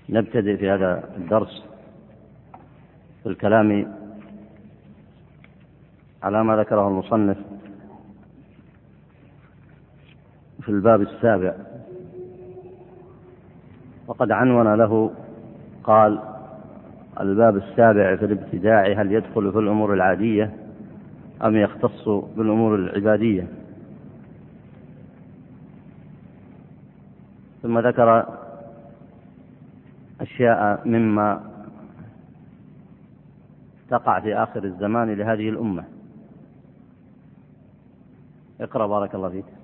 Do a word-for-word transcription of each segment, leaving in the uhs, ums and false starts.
نبتدئ في هذا الدرس في الكلام على ما ذكره المصنف في الباب السابع، وقد عنون له قال: الباب السابع في الابتداع، هل يدخل في الأمور العادية أم يختص بالأمور العبادية؟ ثم ذكر أشياء مما تقع في آخر الزمان لهذه الأمة. اقرأ بارك الله فيك.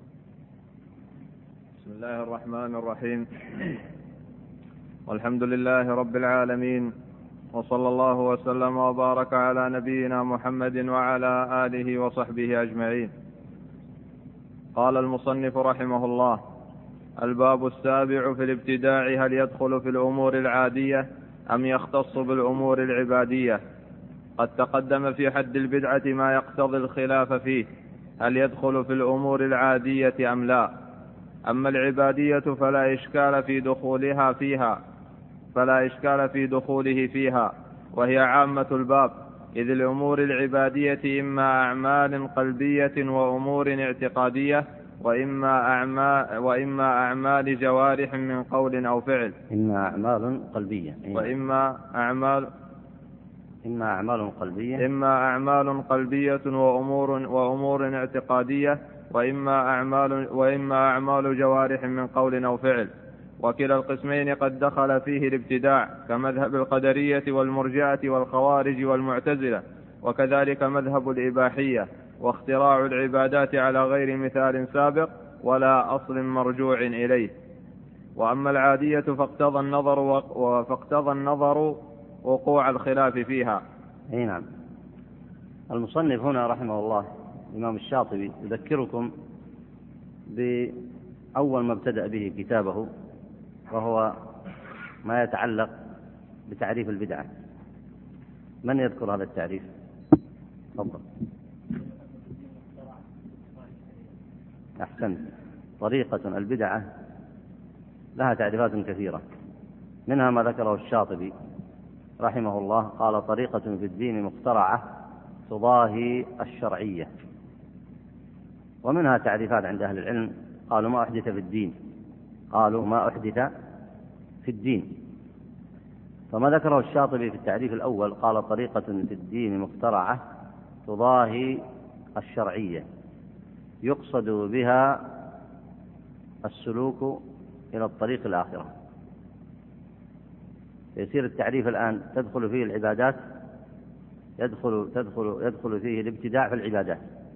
بسم الله الرحمن الرحيم. والحمد لله رب العالمين، وصلى الله وسلم وبارك على نبينا محمد وعلى آله وصحبه أجمعين. قال المصنف رحمه الله: الباب السابع في الابتداع، هل يدخل في الأمور العادية أم يختص بالأمور العبادية؟ قد تقدم في حد البدعة ما يقتضي الخلاف فيه، هل يدخل في الأمور العادية أم لا؟ أما العبادية فلا إشكال في دخولها فيها فلا إشكال في دخوله فيها، وهي عامة الباب، إذ الأمور العبادية إما أعمال قلبية وأمور اعتقادية، وإما أعمال, وإما أعمال جوارح من قول أو فعل. إما أعمال قلبية وإما أعمال إما أعمال قلبية إما أعمال قلبية وأمور وأمور اعتقادية، وإما أعمال وإما أعمال جوارح من قول أو فعل. وكلا القسمين قد دخل فيه الابتداع، كمذهب القدرية والمرجئة والخوارج والمعتزلة، وكذلك مذهب الإباحية، واختراع العبادات على غير مثال سابق ولا أصل مرجوع إليه. وأما العادية فاقتضى النظر وفاقتضى النظر وقوع الخلاف فيها. أي نعم. المصنف هنا رحمه الله الإمام الشاطبي يذكركم بأول ما ابتدأ به كتابه، وهو ما يتعلق بتعريف البدعة. من يذكر هذا التعريف؟ تفضل. أحسنت. طريقة البدعة لها تعريفات كثيرة، منها ما ذكره الشاطبي رحمه الله، قال: طريقة في الدين مخترعة تضاهي الشرعية. ومنها تعريفات عند أهل العلم، قالوا ما أحدث في الدين قالوا ما أحدث في الدين. فما ذكره الشاطبي في التعريف الأول قال: طريقة في الدين مخترعة تضاهي الشرعية، يقصد بها السلوك إلى الطريق الآخرة. يصير التعريف الآن تدخل فيه العبادات، يدخل, تدخل, يدخل فيه الابتداع في العبادات.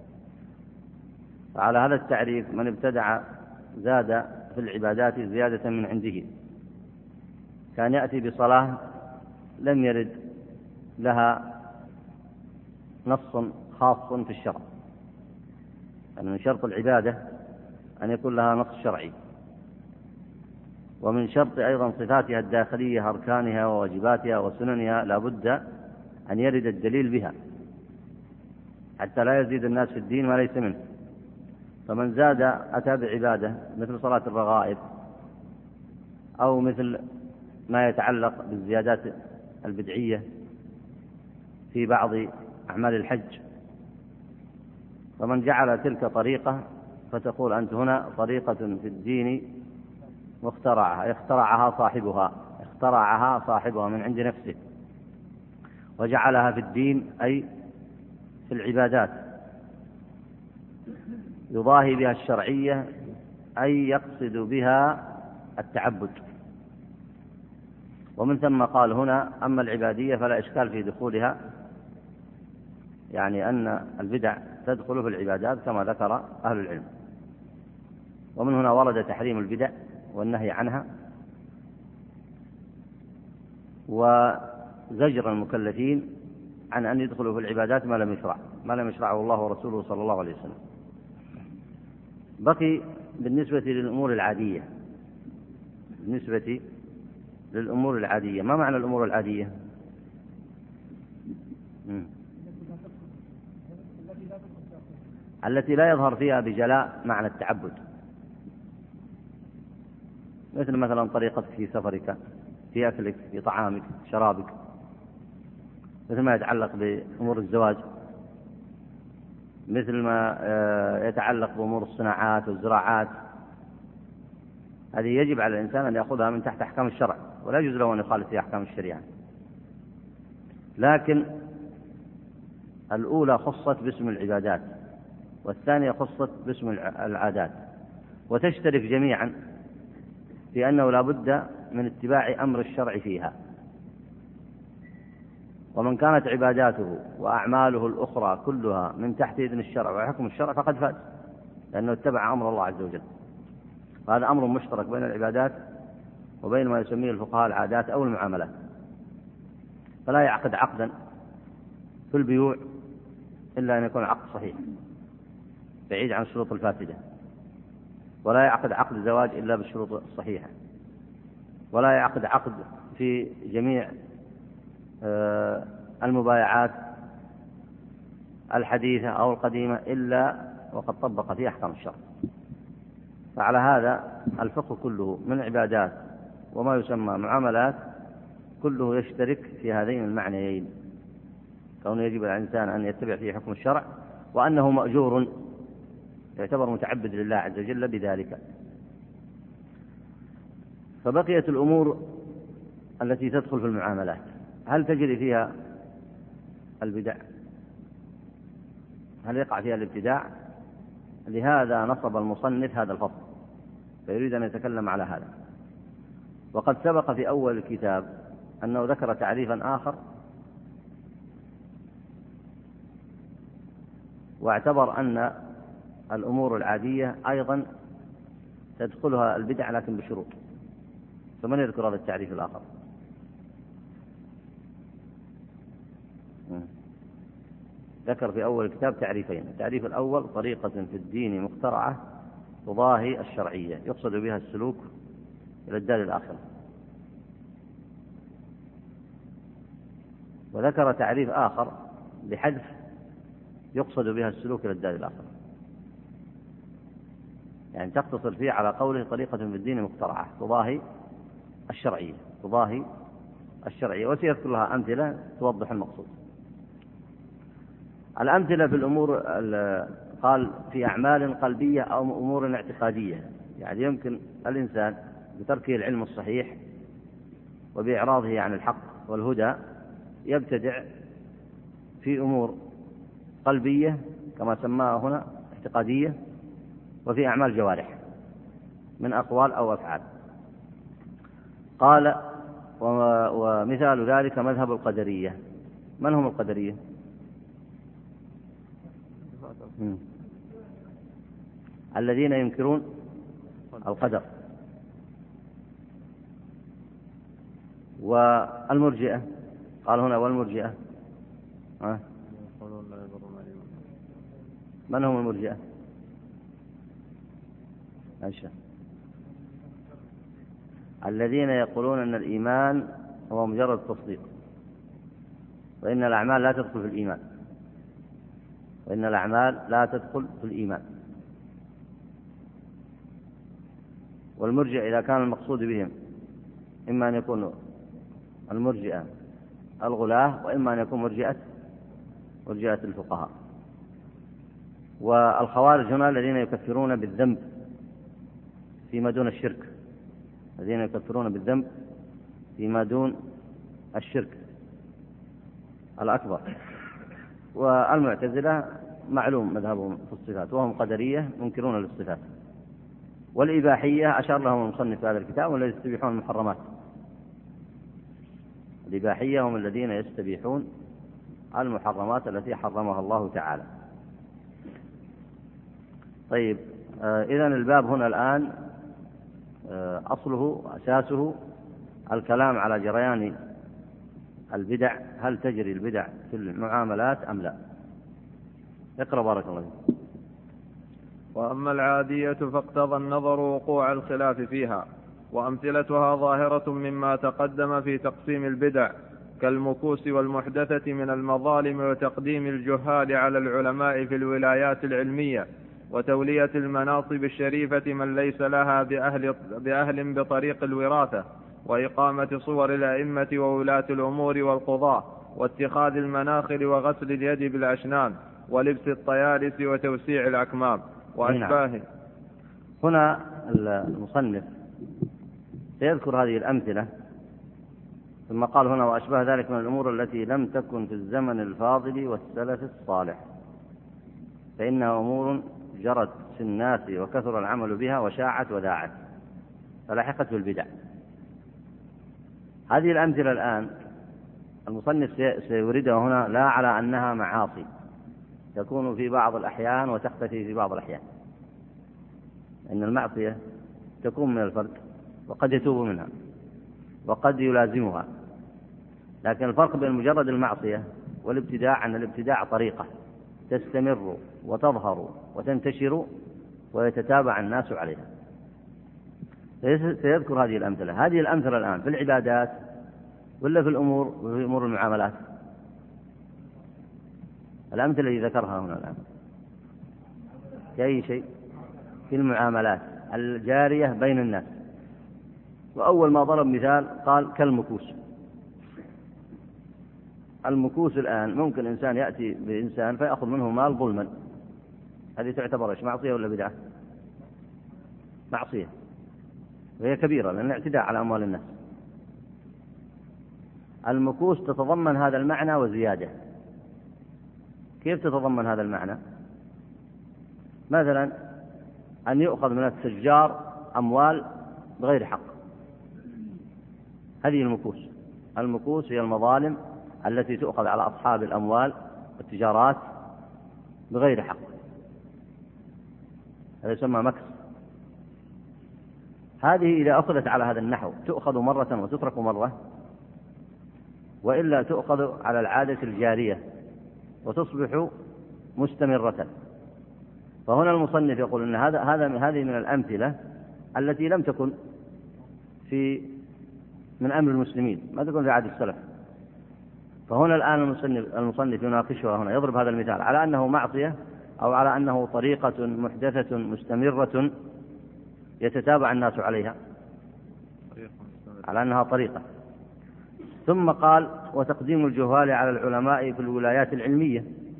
فعلى هذا التعريف من ابتدع زاد في العبادات زيادة من عنده، كان يأتي بصلاة لم يرد لها نص خاص في الشرع، يعني من شرط العبادة أن يكون لها نص شرعي، ومن شرط أيضا صفاتها الداخلية، أركانها وواجباتها وسننها، لا بد أن يرد الدليل بها حتى لا يزيد الناس في الدين ما ليس منه. فمن زاد أتى بعبادة مثل صلاة الرغائب، أو مثل ما يتعلق بالزيادات البدعية في بعض أعمال الحج، فمن جعل تلك طريقة فتقول أنت هنا طريقة في الدين مخترعة، اخترعها صاحبها اخترعها صاحبها من عند نفسه وجعلها في الدين، أي في العبادات، يضاهي بها الشرعية، أي يقصد بها التعبد. ومن ثم قال هنا: أما العبادية فلا إشكال في دخولها، يعني أن البدع تدخل في العبادات كما ذكر أهل العلم. ومن هنا ورد تحريم البدع والنهي عنها، وزجر المكلفين عن أن يدخلوا في العبادات ما لم يشرع ما لم يشرعه الله ورسوله صلى الله عليه وسلم. بقي بالنسبة للأمور العادية بالنسبة للأمور العادية ما معنى الأمور العادية؟ م. التي لا يظهر فيها بجلاء معنى التعبد، مثل مثلا طريقتك في سفرك، في أكلك، في طعامك، شرابك، مثل ما يتعلق بأمور الزواج، مثل ما يتعلق بأمور الصناعات والزراعات. هذه يجب على الإنسان أن يأخذها من تحت أحكام الشرع، ولا يجوز له أن يخالف في أحكام الشريعة. لكن الأولى خصت باسم العبادات، والثانية خصت باسم العادات، وتشترك جميعا في أنه لا بد من اتباع أمر الشرع فيها. ومن كانت عباداته وأعماله الأخرى كلها من تحت إذن الشرع وحكم الشرع فقد فاز، لأنه اتبع أمر الله عز وجل. هذا أمر مشترك بين العبادات وبين ما يسميه الفقهاء العادات أو المعاملات. فلا يعقد عقدا في البيوع إلا أن يكون عقد صحيح بعيد عن الشروط الفاسدة، ولا يعقد عقد زواج إلا بالشروط الصحيحة، ولا يعقد عقد في جميع المبايعات الحديثة أو القديمة إلا وقد طبق فيه أحكام الشرع. فعلى هذا الفقه كله من عبادات وما يسمى معاملات كله يشترك في هذين المعنيين، كونه يجب على الإنسان أن يتبع فيه حكم الشرع، وأنه مأجور يعتبر متعبد لله عز وجل بذلك. فبقيت الأمور التي تدخل في المعاملات، هل تجري فيها البدع؟ هل يقع فيها الابتداع؟ لهذا نصب المصنف هذا الفصل، فيريد أن يتكلم على هذا. وقد سبق في أول الكتاب أنه ذكر تعريفا آخر، واعتبر أن الأمور العادية أيضا تدخلها البدع لكن بشروط. فمن يذكر هذا التعريف الآخر؟ ذكر في أول الكتاب تعريفين. التعريف الأول: طريقة في الدين مخترعة تضاهي الشرعية يقصد بها السلوك إلى الدار الآخرة. وذكر تعريف آخر بحذف يقصد بها السلوك إلى الدار الآخرة، يعني تقتصر فيه على قوله طريقة في الدين مخترعة تضاهي الشرعية تضاهي الشرعية وسيذكر لها أمثلة توضح المقصود. الأمثلة في الأمور قال في أعمال قلبية أو أمور اعتقادية، يعني يمكن الإنسان بتركه العلم الصحيح وبإعراضه عن الحق والهدى يبتدع في أمور قلبية كما سماها هنا اعتقادية، وفي أعمال جوارح من أقوال أو أفعال. قال: ومثال ذلك مذهب القدرية. من هم القدرية؟ الذين ينكرون القدر. والمرجئة قال هنا والمرجئة أه؟ من هم المرجئة؟ أشهر. الذين يقولون أن الإيمان هو مجرد تصديق، وإن الأعمال لا تدخل في الإيمان وإن الأعمال لا تدخل في الإيمان. والمرجئة إذا كان المقصود بهم إما أن يكون المرجئة الغلاة، وإما أن يكون مرجئة مرجئة الفقهاء. والخوارج هنا الذين يكفرون بالذنب فيما دون الشرك، الذين يكفرون بالذنب فيما دون الشرك الأكبر. والمعتزلة معلوم مذهبهم في الصفات، وهم قدرية منكرون للصفات. والإباحية أشار لهم المصنف في هذا الكتاب والذين يستبيحون المحرمات. الإباحية هم الذين يستبيحون المحرمات التي حرمها الله تعالى. طيب، آه إذن الباب هنا الآن آه أصله أساسه الكلام على جريان البدع، هل تجري البدع في المعاملات أم لا؟ اقرأ بارك الله فيك. وأما العادية فاقتضى النظر وقوع الخلاف فيها، وأمثلتها ظاهرة مما تقدم في تقسيم البدع، كالمكوس والمحدثة من المظالم وتقديم الجهال على العلماء في الولايات العلمية، وتولية المناصب الشريفة من ليس لها بأهل, بأهل بطريق الوراثة، وإقامة صور الأئمة وولاة الأمور والقضاة، واتخاذ المناخل، وغسل اليد بالأشنان، ولبس الطيالس، وتوسيع الأكمام وأشباهه. هنا المصنف سيذكر هذه الأمثلة، ثم قال هنا وأشباه ذلك من الأمور التي لم تكن في الزمن الفاضل والسلف الصالح، فإنها أمور جرت في الناس وكثر العمل بها وشاعت وذاعت فلحقت بالبدع. هذه الأمثلة الآن المصنف سيوردها هنا لا على أنها معاصي تكون في بعض الأحيان وتختفي في بعض الأحيان، إن المعصية تكون من الفرد وقد يتوب منها وقد يلازمها، لكن الفرق بين مجرد المعصية والابتداع عن الابتداع طريقة تستمر وتظهر وتنتشر ويتتابع الناس عليها. سيذكر هذه الأمثلة. هذه الأمثلة الآن في العبادات ولا في الأمور في أمور المعاملات؟ الأمثلة التي ذكرها هنا الآن في أي شيء؟ في المعاملات الجارية بين الناس. وأول ما ضرب مثال قال كالمكوس. المكوس الآن ممكن إنسان يأتي بإنسان فيأخذ منه مال ظلما، هذه تعتبر إيش؟ معصية ولا بدعة؟ معصية، وهي كبيرة لأن اعتداء على أموال الناس. المكوس تتضمن هذا المعنى وزيادة. كيف تتضمن هذا المعنى؟ مثلا أن يؤخذ من التجار أموال بغير حق، هذه المكوس. المكوس هي المظالم التي تؤخذ على أصحاب الأموال والتجارات بغير حق، هذا يسمى مكس. هذه إذا أخذت على هذا النحو تؤخذ مرة وتترك مرة، وإلا تؤخذ على العادة الجارية وتصبح مستمرة. فهنا المصنف يقول أن هذا هذا هذه من الأمثلة التي لم تكن في من أمر المسلمين، ما تكون في عهد السلف. فهنا الآن المصنف المصنف يناقشها هنا، يضرب هذا المثال على أنه معصية أو على أنه طريقة محدثة مستمرة يتتابع الناس عليها، على أنها طريقة. ثم قال وتقديم الجهال على العلماء في الولايات العلمية.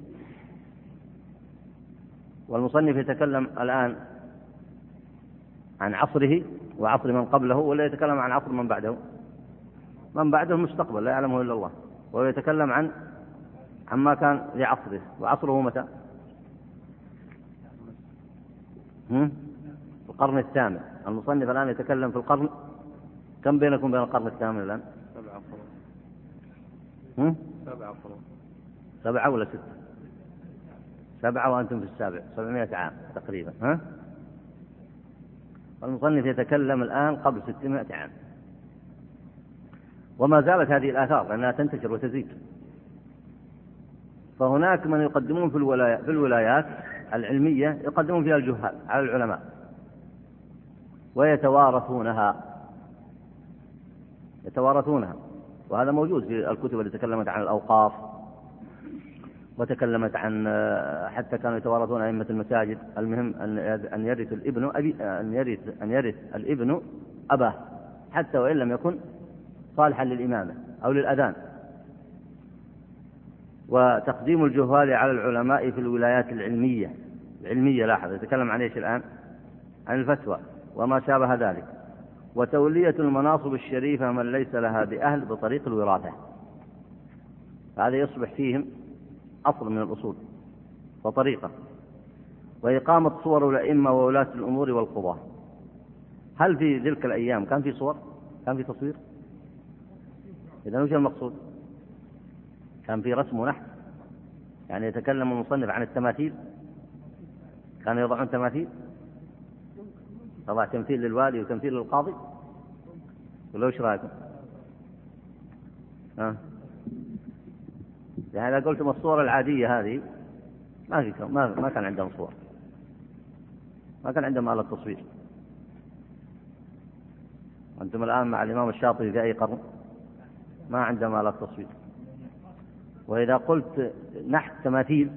والمصنف يتكلم الآن عن عصره وعصر من قبله، ولا يتكلم عن عصر من بعده؟ من بعده المستقبل لا يعلمه إلا الله، ويتكلم عن عما كان لعصره. وعصره متى؟ هم؟ القرن الثامن. المصنف الآن يتكلم في القرن كم بينكم بين القرن الثامن الآن؟ سبعة قرون. هم؟ سبعة قرون. سبعة ولا ستة؟ سبعة وأنتم في السابع، سبعمائة عام تقريبا. ها؟ المصنف يتكلم الآن قبل ستمائة عام، وما زالت هذه الآثار لأنها تنتشر وتزيد. فهناك من يقدمون في الولايات, في الولايات العلمية يقدمون فيها الجهال على العلماء ويتوارثونها يتوارثونها وهذا موجود في الكتب التي تكلمت عن الأوقاف وتكلمت عن حتى كانوا يتوارثون أئمة المساجد. المهم أن يرث الابن أبي أن يرث أن يرث الابن أباه حتى وإن لم يكن صالحا للإمامة أو للأذان. وتقديم الجهال على العلماء في الولايات العلمية. العلمية لاحظ يتكلم عن ايش الآن؟ عن الفتوى وما شابه ذلك. وتولية المناصب الشريفة من ليس لها بأهل بطريق الوراثة، هذا يصبح فيهم أصل من الأصول وطريقة. وإقامة صور الأئمة وولاة الأمور والقضاة. هل في تلك الأيام كان في صور؟ كان في تصوير؟ إذا وش المقصود؟ كان في رسم ونحت؟ يعني يتكلم المصنف عن التماثيل، كانوا يضعون تماثيل، طبعا تمثيل للوالي وتمثيل للقاضي، ولا وش رأيكم؟ ها؟ يعني إذا قلتم الصور العادية هذه ما في ما ما كان عندهم صور، ما كان عندهم آلة تصوير. أنتم الآن مع الإمام الشاطبي في أي قرن؟ ما عندهم آلة تصوير. وإذا قلت نحت تماثيل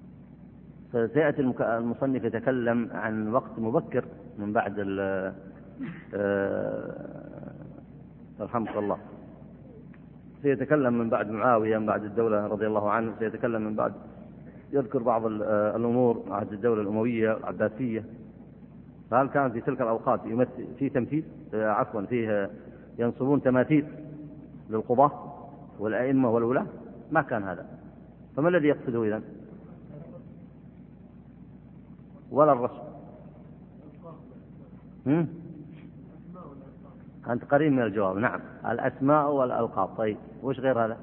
فسيأتي المصنف يتكلم عن وقت مبكر من بعد رحمك الله سيتكلم من بعد معاوية، من بعد الدولة رضي الله عنه، سيتكلم من بعد، يذكر بعض الأمور عهد الدولة الأموية العباسية. فهل كان في تلك الأوقات يمثل في تمثيل عفوا فيه ينصبون تماثيل للقضاة والأئمة والولاة؟ ما كان هذا. فما الذي يقصده إذن؟ ولا الرسم؟ هم؟ أنت قريب من الجواب. نعم، الأسماء والألقاب. طيب وش غير هذا؟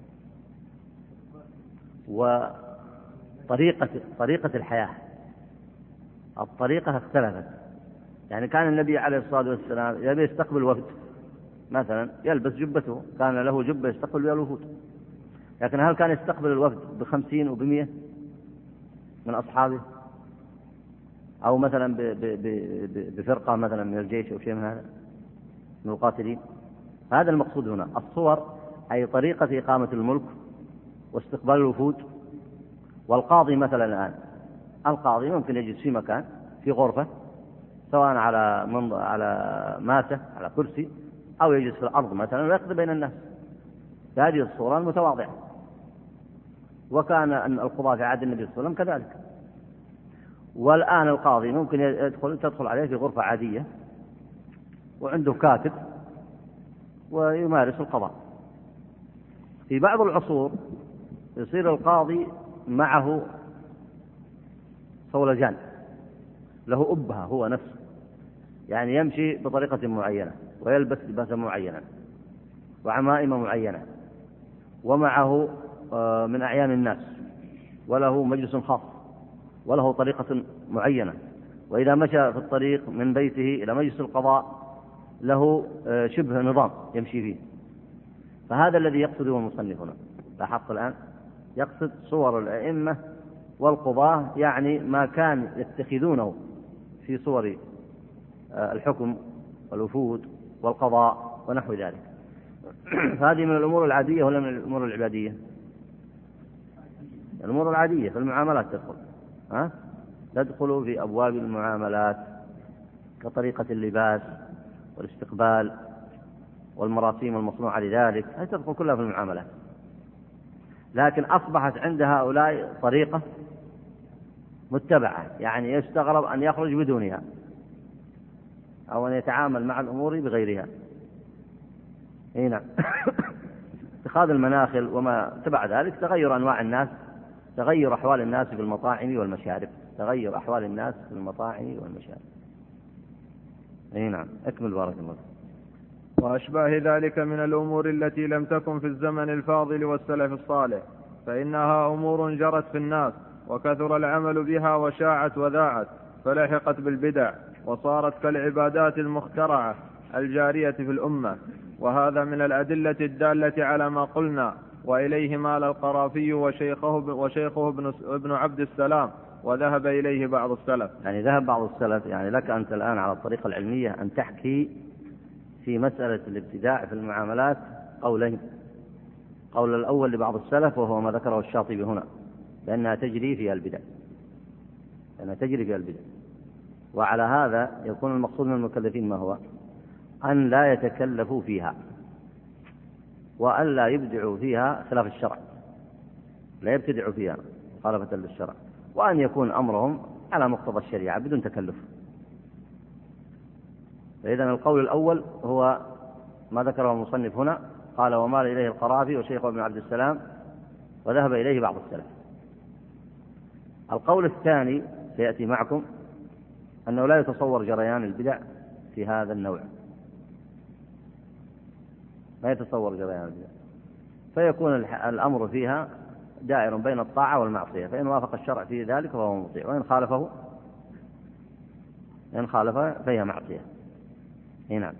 وطريقة طريقة الحياة، الطريقة اختلفت. يعني كان النبي عليه الصلاة والسلام يبي يستقبل وفد مثلا يلبس جبته، كان له جبة يستقبل بها الوفود، لكن هل كان يستقبل الوفد بخمسين وبمئة من أصحابه، أو مثلا بفرقة مثلا من الجيش أو شيء من هذا من القاتلين؟ هذا المقصود هنا. الصور أي طريقة إقامة الملك واستقبال الوفود. والقاضي مثلا الآن، القاضي ممكن يجلس في مكان في غرفة، سواء على منض... على ماسة على كرسي، أو يجلس في الأرض مثلا ويقضي بين الناس بهذه الصورة المتواضعة. وكان أن القضاة في عهد النبي صلى الله عليه وسلم كذلك. والآن القاضي ممكن يدخل تدخل عليه في غرفة عادية وعنده كاتب ويمارس القضاء. في بعض العصور يصير القاضي معه صولجان، له أبهة هو نفسه، يعني يمشي بطريقة معينة ويلبس لباسا معينا وعمائم معينة، ومعه من أعيان الناس، وله مجلس خاص وله طريقة معينة. وإذا مشى في الطريق من بيته إلى مجلس القضاء له شبه نظام يمشي فيه. فهذا الذي يقصده المصنف هنا. لاحظت الآن يقصد صور الأئمة والقضاة، يعني ما كان يتخذونه في صور الحكم والوفود والقضاء ونحو ذلك. هذه من الأمور العادية ولا من الأمور العبادية؟ الأمور العادية في المعاملات تدخل، ها؟ تدخل في أبواب المعاملات كطريقة اللباس والاستقبال والمراسيم المصنوعة لذلك، هذه تدخل كلها في المعاملات. لكن أصبحت عند هؤلاء طريقة متبعة، يعني يستغرب أن يخرج بدونها أو أن يتعامل مع الأمور بغيرها. هنا اتخاذ المناخل وما تبع ذلك، تغير أنواع الناس، تغير أحوال الناس في المطاعم والمشارب، تغير أحوال الناس في المطاعم والمشارب. نعم، أكمل بارك الله. وأشباه ذلك من الأمور التي لم تكن في الزمن الفاضل والسلف الصالح، فإنها أمور جرت في الناس وكثر العمل بها وشاعت وذاعت، فلحقت بالبدع وصارت كالعبادات المخترعة الجارية في الأمة. وهذا من الأدلة الدالة على ما قلنا، وإليه مال القرافي وشيخه, وشيخه ابن, ابن عبد السلام، وذهب إليه بعض السلف. يعني ذهب بعض السلف، يعني لك أنت الآن على الطريقة العلمية أن تحكي في مسألة الابتداع في المعاملات قولين. قول الأول لبعض السلف وهو ما ذكره الشاطبي هنا، لأنها تجري فيها البدع، لأنها تجري فيها البدع. وعلى هذا يكون المقصود من المكلفين ما هو؟ أن لا يتكلفوا فيها، وأن لا يبدعوا فيها خلاف الشرع، لا يبتدعوا فيها مخالفة للشرع، وأن يكون أمرهم على مقتضى الشريعة بدون تكلف. فإذن القول الأول هو ما ذكره المصنف هنا، قال ومال إليه القرافي وشيخه ابن عبد السلام وذهب إليه بعض السلف. القول الثاني سيأتي معكم أنه لا يتصور جريان البدع في هذا النوع، لا يتصور جريان البدع، فيكون الأمر فيها دائر بين الطاعة والمعصية، فإن وافق الشرع في ذلك فهو مطيع، وإن خالفه إن خالف فهي معصية. هنا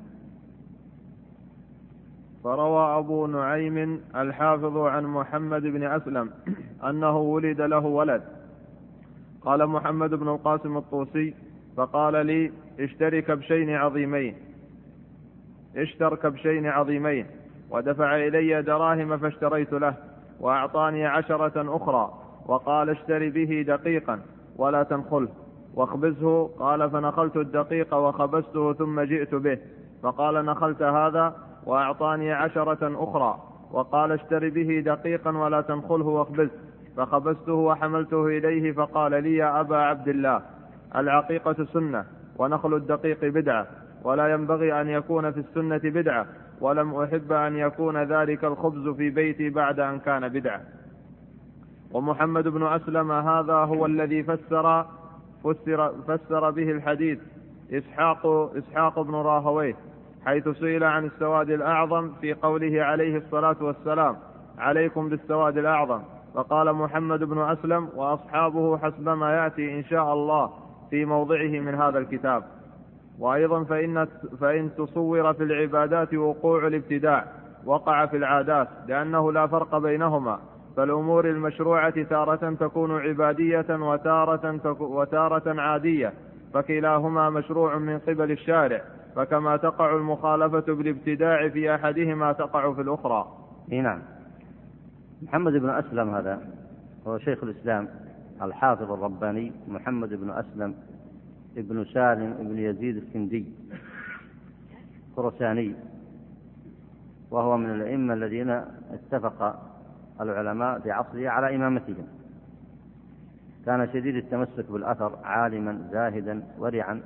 فروى أبو نعيم الحافظ عن محمد بن أسلم أنه ولد له ولد، قال محمد بن القاسم الطوسي فقال لي اشتري كبشين عظيمين اشتر كبشين عظيمين ودفع إلي دراهم فاشتريت له، وأعطاني عشرة أخرى وقال اشتري به دقيقا ولا تنخله، واخبزه. قال فنخلت الدقيق وخبزته ثم جئت به، فقال نخلت هذا؟ وأعطاني عشرة أخرى، وقال اشتر به دقيقا ولا تنخله واخبزه. فخبزته وحملته إليه، فقال لي يا أبا عبد الله العقيقة سنة ونخل الدقيق بدعة، ولا ينبغي أن يكون في السنة بدعة، ولم أحب أن يكون ذلك الخبز في بيتي بعد أن كان بدعة. ومحمد بن أسلم هذا هو الذي فسر, فسر, فسر به الحديث إسحاق, إسحاق بن راهويه، حيث سئل عن السواد الأعظم في قوله عليه الصلاة والسلام عليكم بالسواد الأعظم، فقال محمد بن أسلم وأصحابه حسب ما يأتي إن شاء الله في موضعه من هذا الكتاب. وأيضا فإن, فإن تصور في العبادات وقوع الابتداع وقع في العادات، لأنه لا فرق بينهما، فالأمور المشروعة تارة تكون عبادية وتارة, وتارة عادية، فكلاهما مشروع من قبل الشارع، فكما تقع المخالفة بالابتداع في أحدهما تقع في الأخرى. نعم. محمد بن أسلم هذا هو شيخ الإسلام الحافظ الرباني محمد بن أسلم ابن سالم ابن يزيد السندي خرساني، وهو من الأئمة الذين اتفق العلماء في عصره على إمامتهم. كان شديد التمسك بالأثر، عالما زاهدا ورعا،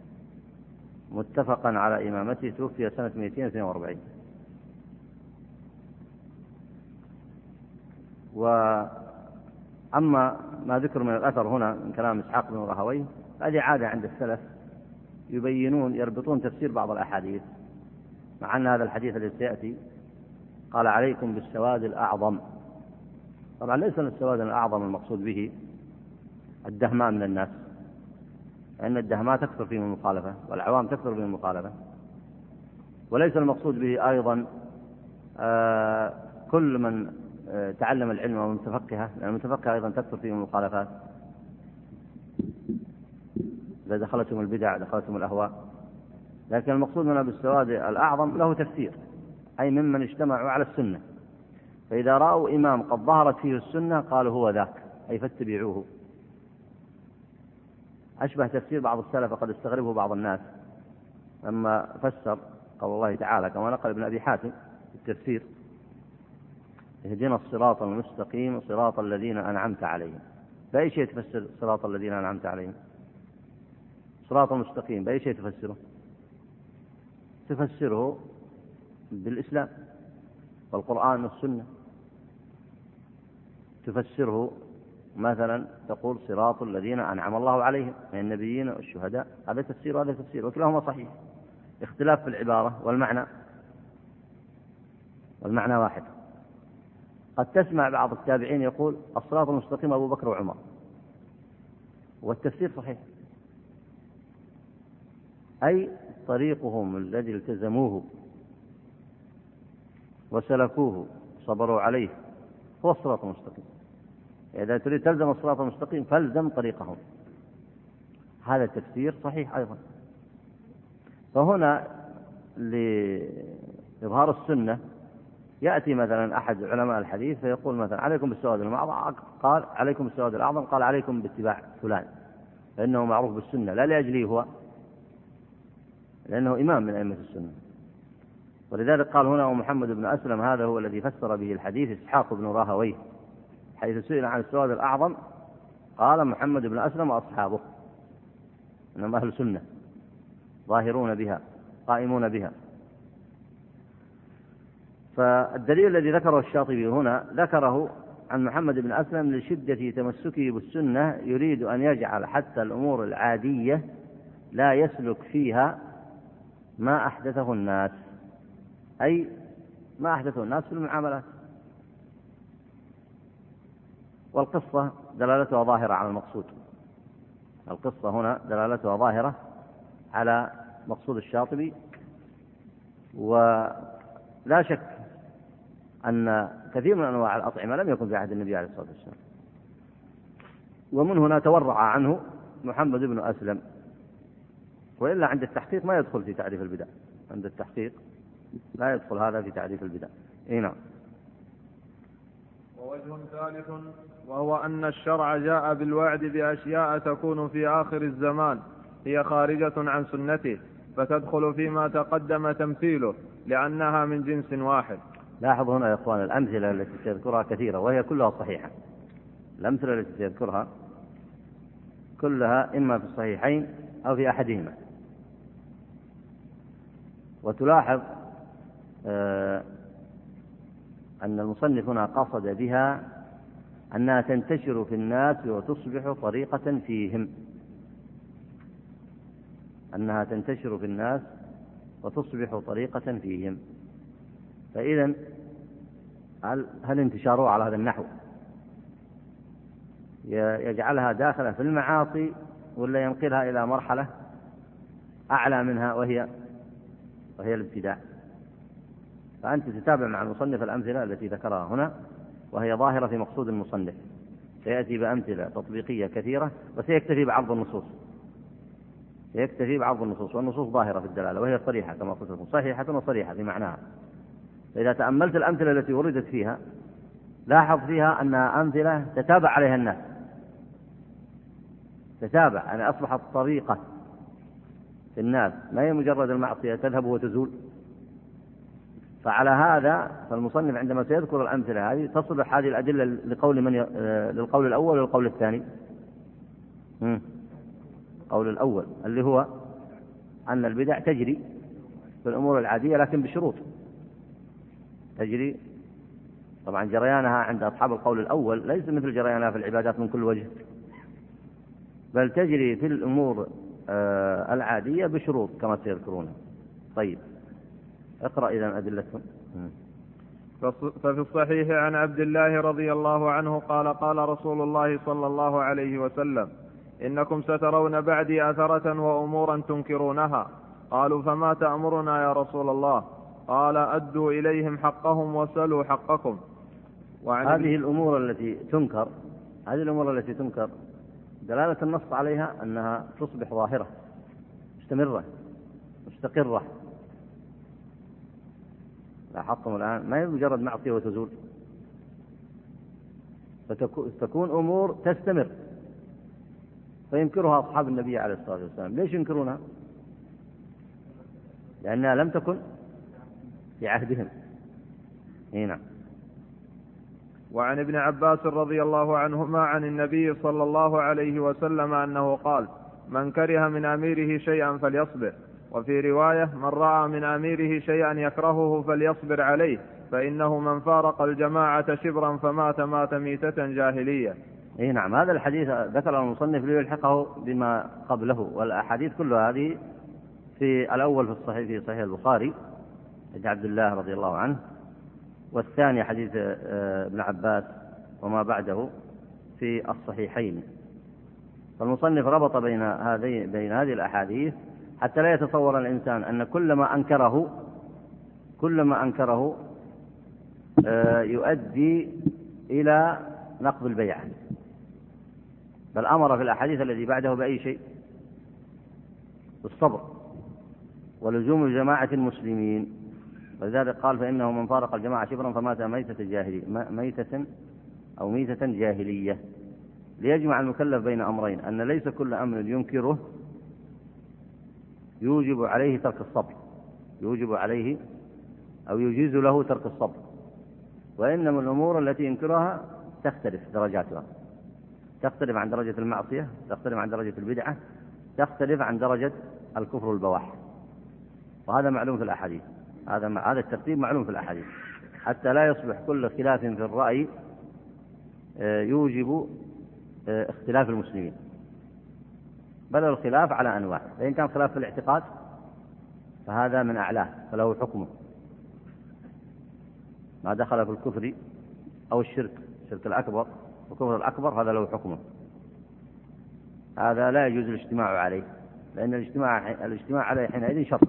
متفقا على إمامته، توفي سنة مئتين واثنين وأربعين. وأما ما ذكر من الأثر هنا من كلام إسحاق بن راهويه، هذه عادة عند السلف، يبينون يربطون تفسير بعض الأحاديث، مع أن هذا الحديث الذي سيأتي قال عليكم بالسواد الأعظم. طبعا ليس السواد الأعظم المقصود به الدهماء من الناس، لأن الدهماء تكثر فيهم المخالفة والعوام تكثر فيهم المخالفة، وليس المقصود به أيضا آه كل من آه تعلم العلم والمتفقهة، لأن المتفقهة أيضا تكثر فيهم المخالفات، إذا دخلتهم البدع دخلتهم الأهواء. لكن المقصود هنا بالسواد الأعظم له تفسير، أي ممن اجتمعوا على السنة، فإذا رأوا إمام قد ظهرت فيه السنة قالوا هو ذاك، أي فاتبعوه. أشبه تفسير بعض السلف قد استغربه بعض الناس لما فسر قول الله تعالى كما نقل ابن أبي حاتم في التفسير اهدنا الصراط المستقيم صراط الذين أنعمت عليهم. بأي شيء تفسر صراط الذين أنعمت عليهم؟ صراط المستقيم بأي شيء تفسره؟ تفسره بالإسلام والقرآن والسنة. تفسره مثلا تقول صراط الذين أنعم الله عليهم من النبيين والشهداء، هذا تفسير وهذا تفسير، وكلاهما صحيح، اختلاف في العبارة والمعنى، والمعنى واحد. قد تسمع بعض التابعين يقول الصراط المستقيم أبو بكر وعمر، والتفسير صحيح، أي طريقهم الذي التزموه وسلكوه صبروا عليه هو الصراط المستقيم. إذا تريد تلزم الصراط المستقيم فالزم طريقهم، هذا التفسير صحيح أيضا. فهنا لإظهار السنة يأتي مثلا أحد علماء الحديث فيقول مثلا عليكم بالسواد الأعظم، قال عليكم بالسواد الأعظم، قال عليكم باتباع فلان فإنه معروف بالسنة، لا لأجله هو، لأنه إمام من أئمة السنة. ولذلك قال هنا ومحمد بن أسلم هذا هو الذي فسر به الحديث إسحاق بن راهويه، حيث سئل عن السواد الأعظم قال محمد بن أسلم وأصحابه، إنهم أهل سنة ظاهرون بها قائمون بها. فالدليل الذي ذكره الشاطبي هنا ذكره عن محمد بن أسلم لشدة تمسكه بالسنة، يريد أن يجعل حتى الأمور العادية لا يسلك فيها ما أحدثه الناس، أي ما أحدثه الناس في المعاملات. والقصة دلالتها ظاهرة على المقصود، القصة هنا دلالتها ظاهرة على مقصود الشاطبي، ولا شك أن كثير من أنواع الأطعمة لم يكن في عهد النبي عليه الصلاة والسلام، ومن هنا تورع عنه محمد بن أسلم. وإلا عند التحقيق ما يدخل في تعريف البدع، عند التحقيق لا يدخل هذا في تعريف البدع. إيه نعم. ووجه ثالث وهو أن الشرع جاء بالوعد بأشياء تكون في آخر الزمان هي خارجة عن سنته فتدخل فيما تقدم تمثيله لأنها من جنس واحد. لاحظ هنا يا إخوان الأمثلة التي سيذكرها كثيرة وهي كلها صحيحة. الأمثلة التي سيذكرها كلها إما في الصحيحين أو في أحدهما. وتلاحظ آه أن المصنف هنا قصد بها أنها تنتشر في الناس وتصبح طريقة فيهم، أنها تنتشر في الناس وتصبح طريقة فيهم. فإذا هل, هل انتشاره على هذا النحو يجعلها داخلة في المعاصي ولا ينقلها إلى مرحلة أعلى منها وهي وهي الابتداع؟ فأنت تتابع مع المصنف الأمثلة التي ذكرها هنا وهي ظاهرة في مقصود المصنف. سيأتي بأمثلة تطبيقية كثيرة وسيكتفي بعرض النصوص سيكتفي بعرض النصوص والنصوص ظاهرة في الدلالة وهي صريحة كما قلت لكم، صحيحة وصريحة في معناها. فإذا تأملت الأمثلة التي وردت فيها لاحظ فيها أنها أمثلة تتابع عليها الناس، تتابع يعني أصبحت طريقة في الناس، ما هي مجرد المعصية تذهب وتزول. فعلى هذا فالمصنف عندما سيذكر الأمثلة هذه تصلح هذه الأدلة لقول من ي... للقول الأول والقول الثاني. القول الأول اللي هو أن البدع تجري في الأمور العادية لكن بشروط، تجري طبعا جريانها عند أصحاب القول الأول ليس مثل جريانها في العبادات من كل وجه، بل تجري في الأمور آه العادية بشروط كما سيذكرونها. طيب اقرأ إذا أدلتهم. ففي الصحيح عن عبد الله رضي الله عنه قال قال رسول الله صلى الله عليه وسلم إنكم سترون بعدي أثرة وأمورا تنكرونها. قالوا فما تأمرنا يا رسول الله؟ قال أدوا إليهم حقهم وسلوا حقكم. هذه الأمور التي تنكر هذه الأمور التي تنكر دلالة النص عليها أنها تصبح ظاهرة مستمرة مستقرة. لاحظتم الآن ما هي مجرد معصية وتزول، فتكون أمور تستمر فينكرها أصحاب النبي عليه الصلاة والسلام. ليش ينكرونها؟ لأنها لم تكن في عهدهم. هنا وعن ابن عباس رضي الله عنهما عن النبي صلى الله عليه وسلم أنه قال من كره من أميره شيئا فليصبر. وفي رواية من رأى من أميره شيئا يكرهه فليصبر عليه فإنه من فارق الجماعة شبرا فمات مات ميتة جاهلية. إيه نعم، هذا الحديث ذكر المصنف ليلحقه بما قبله، والأحاديث كلها هذه في الأول في الصحيح في صحيح البخاري عن عبد الله رضي الله عنه، والثاني حديث ابن عباس وما بعده في الصحيحين. فالمصنف ربط بين هذه بين هذه الأحاديث حتى لا يتصور الإنسان أن كل ما أنكره كل ما أنكره يؤدي إلى نقض البيعة، بل أمر في الأحاديث الذي بعده بأي شيء؟ بالصبر ولزوم جماعة المسلمين. ولذلك قال فإنه من فارق الجماعة شبرا فمات ميتة جاهلية ميتة أو ميتة جاهلية، ليجمع المكلف بين أمرين: أن ليس كل أمر ينكره يوجب عليه ترك الصبر يوجب عليه أو يجيز له ترك الصبر، وإنما الأمور التي ينكرها تختلف درجاتها، تختلف عن درجة المعصية، تختلف عن درجة البدعة، تختلف عن درجة الكفر البواح. وهذا معلوم في الأحاديث، هذا هذا الترتيب معلوم في الأحاديث، حتى لا يصبح كل خلاف في الرأي يوجب اختلاف المسلمين، بل الخلاف على أنواع. فإن كان خلاف في الاعتقاد فهذا من أعلاه فله حكمه، ما دخل في الكفر أو الشرك الشرك الأكبر والكفر الأكبر هذا له حكمه، هذا لا يجوز الاجتماع عليه، لأن الاجتماع الاجتماع عليه حينئذ شرط.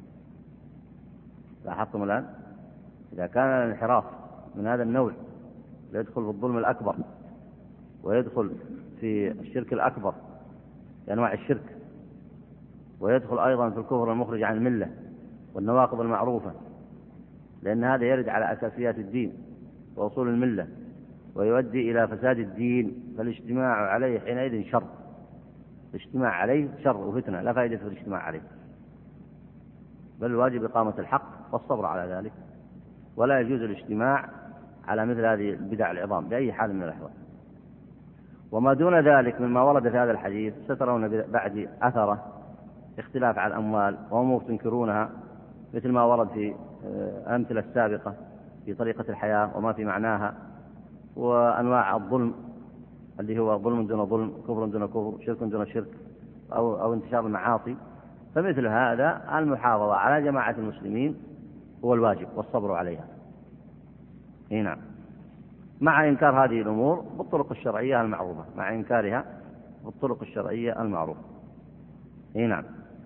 لاحظتم الآن؟ إذا كان الانحراف من هذا النوع يدخل في الظلم الأكبر ويدخل في الشرك الأكبر بأنواع الشرك، ويدخل أيضا في الكفر المخرج عن الملة والنواقض المعروفة، لأن هذا يرد على أساسيات الدين وأصول الملة، ويؤدي إلى فساد الدين، فالاجتماع عليه حينئذ شر، الاجتماع عليه شر وفتنة، لا فائدة في الاجتماع عليه، بل الواجب إقامة الحق والصبر على ذلك، ولا يجوز الاجتماع على مثل هذه البدع العظام بأي حال من الأحوال. وما دون ذلك مما ورد في هذا الحديث سترون بعد أثره اختلاف على الأموال وأمور تنكرونها، مثل ما ورد في الأمثلة السابقة في طريقة الحياة وما في معناها، وأنواع الظلم اللي هو ظلم دون ظلم، كفر دون كفر، شرك دون شرك، أو, أو انتشار المعاصي. فمثل هذا المحافظة على جماعة المسلمين هو الواجب والصبر عليها. نعم، مع إنكار هذه الأمور بالطرق الشرعية المعروفة، مع إنكارها بالطرق الشرعية المعروفة. نعم.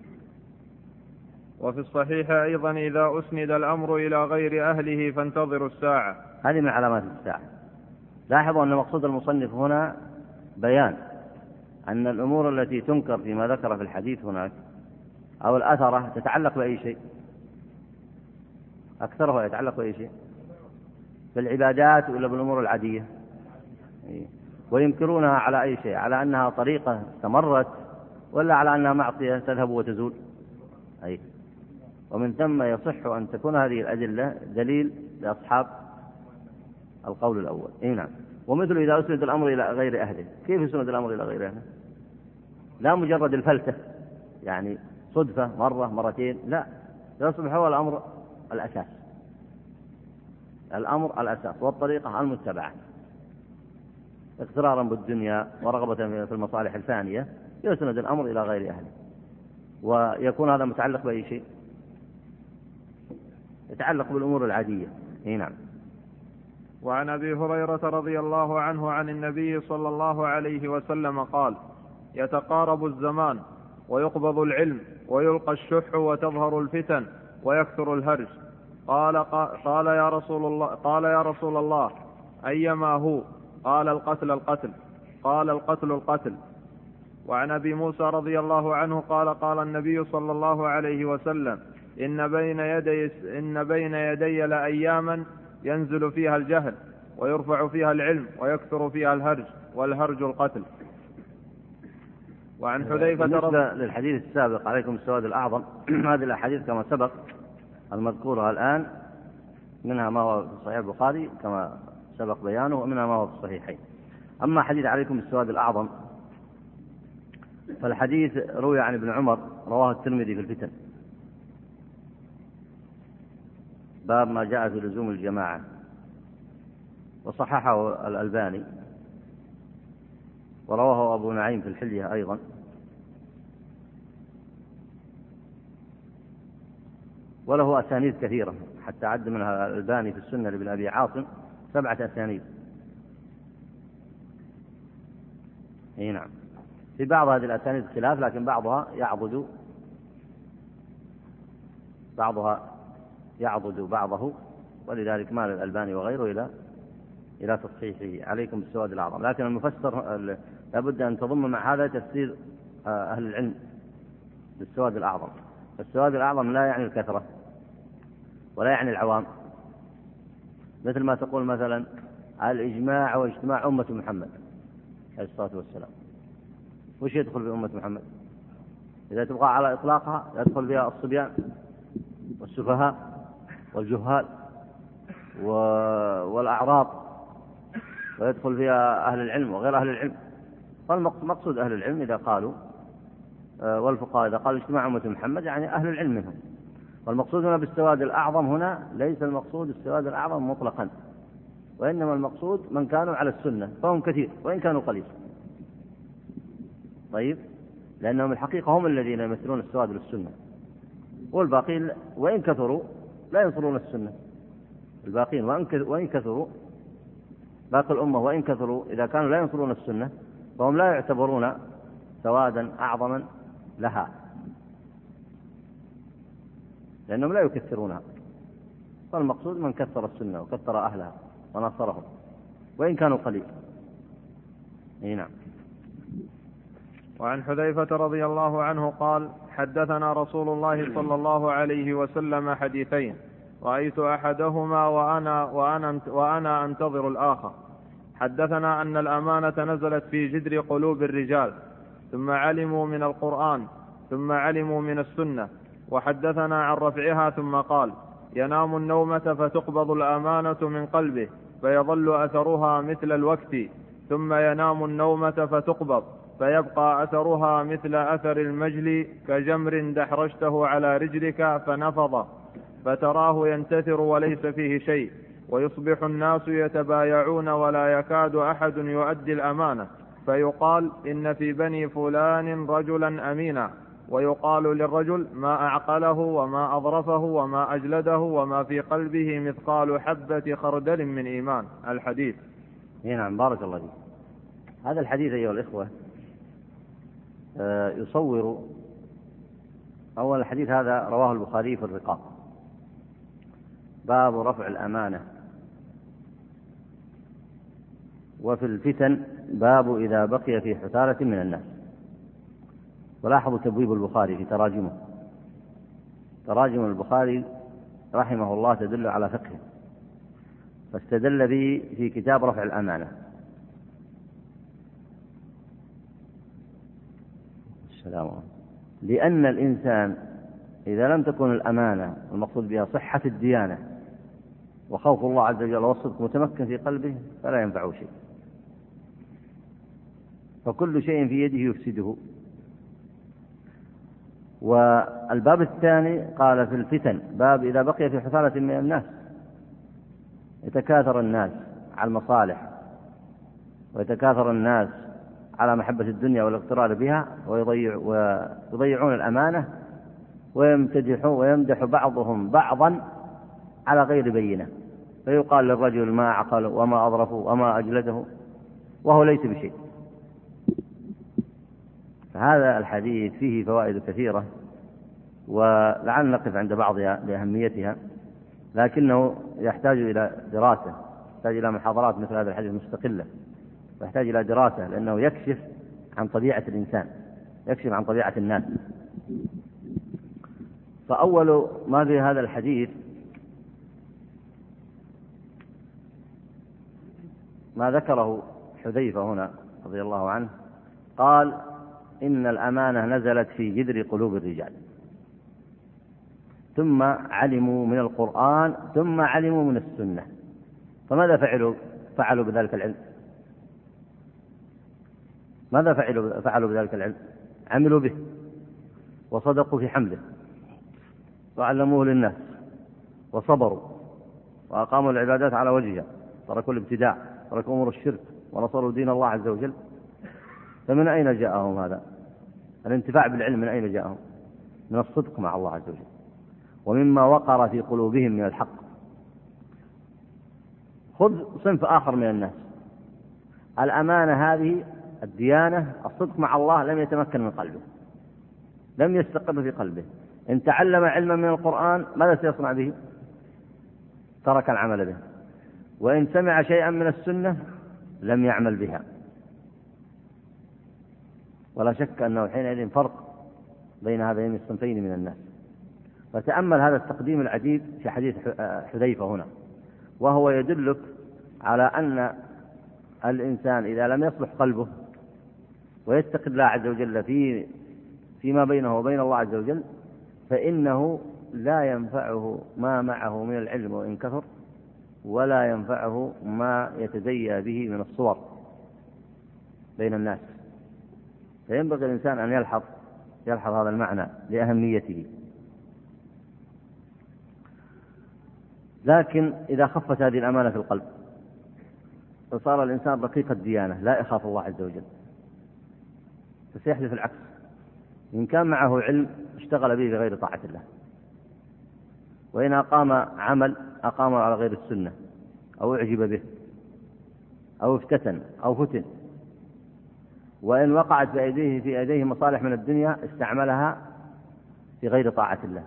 وفي الصحيح أيضا إذا أسند الأمر إلى غير أهله فانتظروا الساعة. هذه من علامات الساعة. لاحظوا أن مقصود المصنف هنا بيان أن الأمور التي تنكر فيما ذكر في الحديث هناك أو الأثرة تتعلق بأي شيء، أكثرها يتعلق بأي شيء، بالعبادات ولا بالأمور العادية، وينكرونها على أي شيء، على أنها طريقة استمرت ولا على أنها معصية تذهب وتزول. أي. ومن ثم يصح أن تكون هذه الأدلة دليل لأصحاب القول الأول. إيه نعم. ومثل إذا أسند الأمر إلى غير أهله، كيف يسند الأمر إلى غير أهله؟ لا مجرد الفلتة يعني صدفة مرة مرتين، لا، يصبح هو الأمر الأساس، الأمر الأساس والطريقة المتبعة، اقترارا بالدنيا ورغبة في المصالح الثانية يسند الأمر إلى غير أهله. ويكون هذا متعلق بأي شيء؟ يتعلق بالأمور العادية. إيه نعم. وعن أبي هريرة رضي الله عنه عن النبي صلى الله عليه وسلم قال: يتقارب الزمان ويقبض العلم ويلقى الشح وتظهر الفتن ويكثر الهرج. قال, قال يا رسول الله قال يا رسول الله أيما هو؟ قال القتل القتل. قال القتل القتل. وعن أبي موسى رضي الله عنه قال: قال النبي صلى الله عليه وسلم: إن بين يدي, إن بين يدي لأياما ينزل فيها الجهل ويرفع فيها العلم ويكثر فيها الهرج، والهرج القتل. وعن حذيفة بالنسبة للحديث السابق عليكم السواد الأعظم، هذه الأحاديث كما سبق المذكورة الآن منها ما هو في صحيح البخاري كما سبق بيانه، ومنها ما هو في الصحيحين. أما حديث عليكم السواد الأعظم فالحديث روي عن ابن عمر، رواه الترمذي في الفتن، باب ما جاء في لزوم الجماعة، وصححه الألباني، ورواه أبو نعيم في الحلية أيضا. وله أسانيد كثيرة حتى عد منها الألباني في السنة لابن أبي عاصم سبعة أسانيد. اي نعم. في بعض هذه الأسانيد خلاف، لكن بعضها يعضد بعضها يعضد بعضه، ولذلك مال الألباني وغيره إلى إلى تصحيحه عليكم بالسواد الأعظم. لكن المفسر لابد أن تضم مع هذا تفسير أهل العلم بالسواد الأعظم. السواد الأعظم لا يعني الكثرة ولا يعني العوام، مثل ما تقول مثلا الإجماع واجتماع أمة محمد عليه الصلاة والسلام. وش يدخل في أمة محمد؟ إذا تبقى على إطلاقها يدخل فيها الصبيان والسفهاء والجهال والأعراض، ويدخل فيها أهل العلم وغير أهل العلم. فالمقصود أهل العلم إذا قالوا، والفقهاء إذا قالوا اجتماع أمة محمد يعني أهل العلم منهم. والمقصود هنا بالسواد الأعظم هنا ليس المقصود السواد الأعظم مطلقا، وإنما المقصود من كانوا على السنة، فهم كثير وإن كانوا قليل. طيب، لأنهم الحقيقة هم الذين يمثلون السواد للسنة، والباقين وإن كثروا لا ينصرون السنة. الباقين وإن كثروا، باقي الأمة وإن كثروا إذا كانوا لا ينصرون السنة فهم لا يعتبرون سوادا أعظما لها، لأنهم لا يكثرونها. فالمقصود من كثر السنة وكثر أهلها ونصرهم وإن كانوا قليل. نعم. وعن حذيفة رضي الله عنه قال: حدثنا رسول الله صلى الله عليه وسلم حديثين رأيت أحدهما وأنا, وأنا, وأنا أنتظر الآخر. حدثنا أن الأمانة نزلت في جدر قلوب الرجال، ثم علموا من القرآن، ثم علموا من السنة. وحدثنا عن رفعها ثم قال: ينام النومة فتقبض الأمانة من قلبه فيظل أثرها مثل الوقت، ثم ينام النومة فتقبض فيبقى أثرها مثل أثر المجل كجمر دحرجته على رجلك فنفض فتراه ينتثر وليس فيه شيء، ويصبح الناس يتبايعون ولا يكاد أحد يؤدي الأمانة، فيقال: إن في بني فلان رجلا أمينا، ويقال للرجل: ما أعقله وما أظرفه وما أجلده وما في قلبه مثقال حبة خردل من إيمان. الحديث. نعم، بارك الله فيك. هذا الحديث أيها الإخوة يصور أول الحديث هذا رواه البخاري في الرقاق، باب رفع الأمانة. وفي الفتن باب إذا بقي في حثالة من الناس. ولاحظوا تبويب البخاري في تراجمه، تراجم البخاري رحمه الله تدل على فقه، فاستدل به في كتاب رفع الأمانة. السلام عليكم. لأن الإنسان إذا لم تكن الأمانة المقصود بها صحة الديانة وخوف الله عز وجل والصدق متمكن في قلبه فلا ينفعه شيء، فكل شيء في يده يفسده. والباب الثاني قال في الفتن باب إذا بقي في حثالة من الناس، يتكاثر الناس على المصالح ويتكاثر الناس على محبة الدنيا والاغترار بها، ويضيع ويضيعون الأمانة، ويمتدح ويمدح بعضهم بعضا على غير بينة، فيقال للرجل: ما عقله وما أظرفه وما أجلده، وهو ليس بشيء. فهذا الحديث فيه فوائد كثيرة، ولعل نقف عند بعضها لأهميتها، لكنه يحتاج إلى دراسة، يحتاج إلى محاضرات مثل هذا الحديث مستقلة، ويحتاج إلى دراسة، لأنه يكشف عن طبيعة الإنسان، يكشف عن طبيعة الناس. فأول ما في هذا الحديث ما ذكره حذيفة هنا رضي الله عنه، قال: إن الأمانة نزلت في جذر قلوب الرجال، ثم علموا من القرآن، ثم علموا من السنة. فماذا فعلوا فعلوا بذلك العلم؟ ماذا فعلوا فعلوا بذلك العلم؟ عملوا به وصدقوا في حمله وعلموه للناس وصبروا وأقاموا العبادات على وجهها، تركوا الابتداع، تركوا أمور الشرك، ونصروا دين الله عز وجل. فمن أين جاءهم هذا الانتفاع بالعلم؟ من أين جاءهم؟ من الصدق مع الله عز وجل، ومما وقر في قلوبهم من الحق. خذ صنف آخر من الناس، الأمانة هذه الديانة الصدق مع الله لم يتمكن من قلبه، لم يستقر في قلبه. إن تعلم علما من القرآن ماذا سيصنع به؟ ترك العمل به. وإن سمع شيئا من السنة لم يعمل بها. ولا شك أنه حينئذ فرق بين هذين الصنفين من الناس. فتأمل هذا التقديم العجيب في حديث حذيفة هنا، وهو يدلك على أن الإنسان إذا لم يصلح قلبه ويتقي الله عز وجل في فيما بينه وبين الله عز وجل، فإنه لا ينفعه ما معه من العلم وإن كثر، ولا ينفعه ما يتزيى به من الصور بين الناس. فينبغي الإنسان أن يلحظ يلحظ هذا المعنى لأهميته. لكن إذا خفت هذه الأمانة في القلب فصار الإنسان رقيق الديانة لا يخاف الله عز وجل، فسيحدث العكس. إن كان معه علم اشتغل به بغير طاعة الله، وإن أقام عمل أقامه على غير السنة، أو أعجب به، أو افتتن أو فتن. وإن وقعت في أيديه في أيديه مصالح من الدنيا استعملها في غير طاعة الله.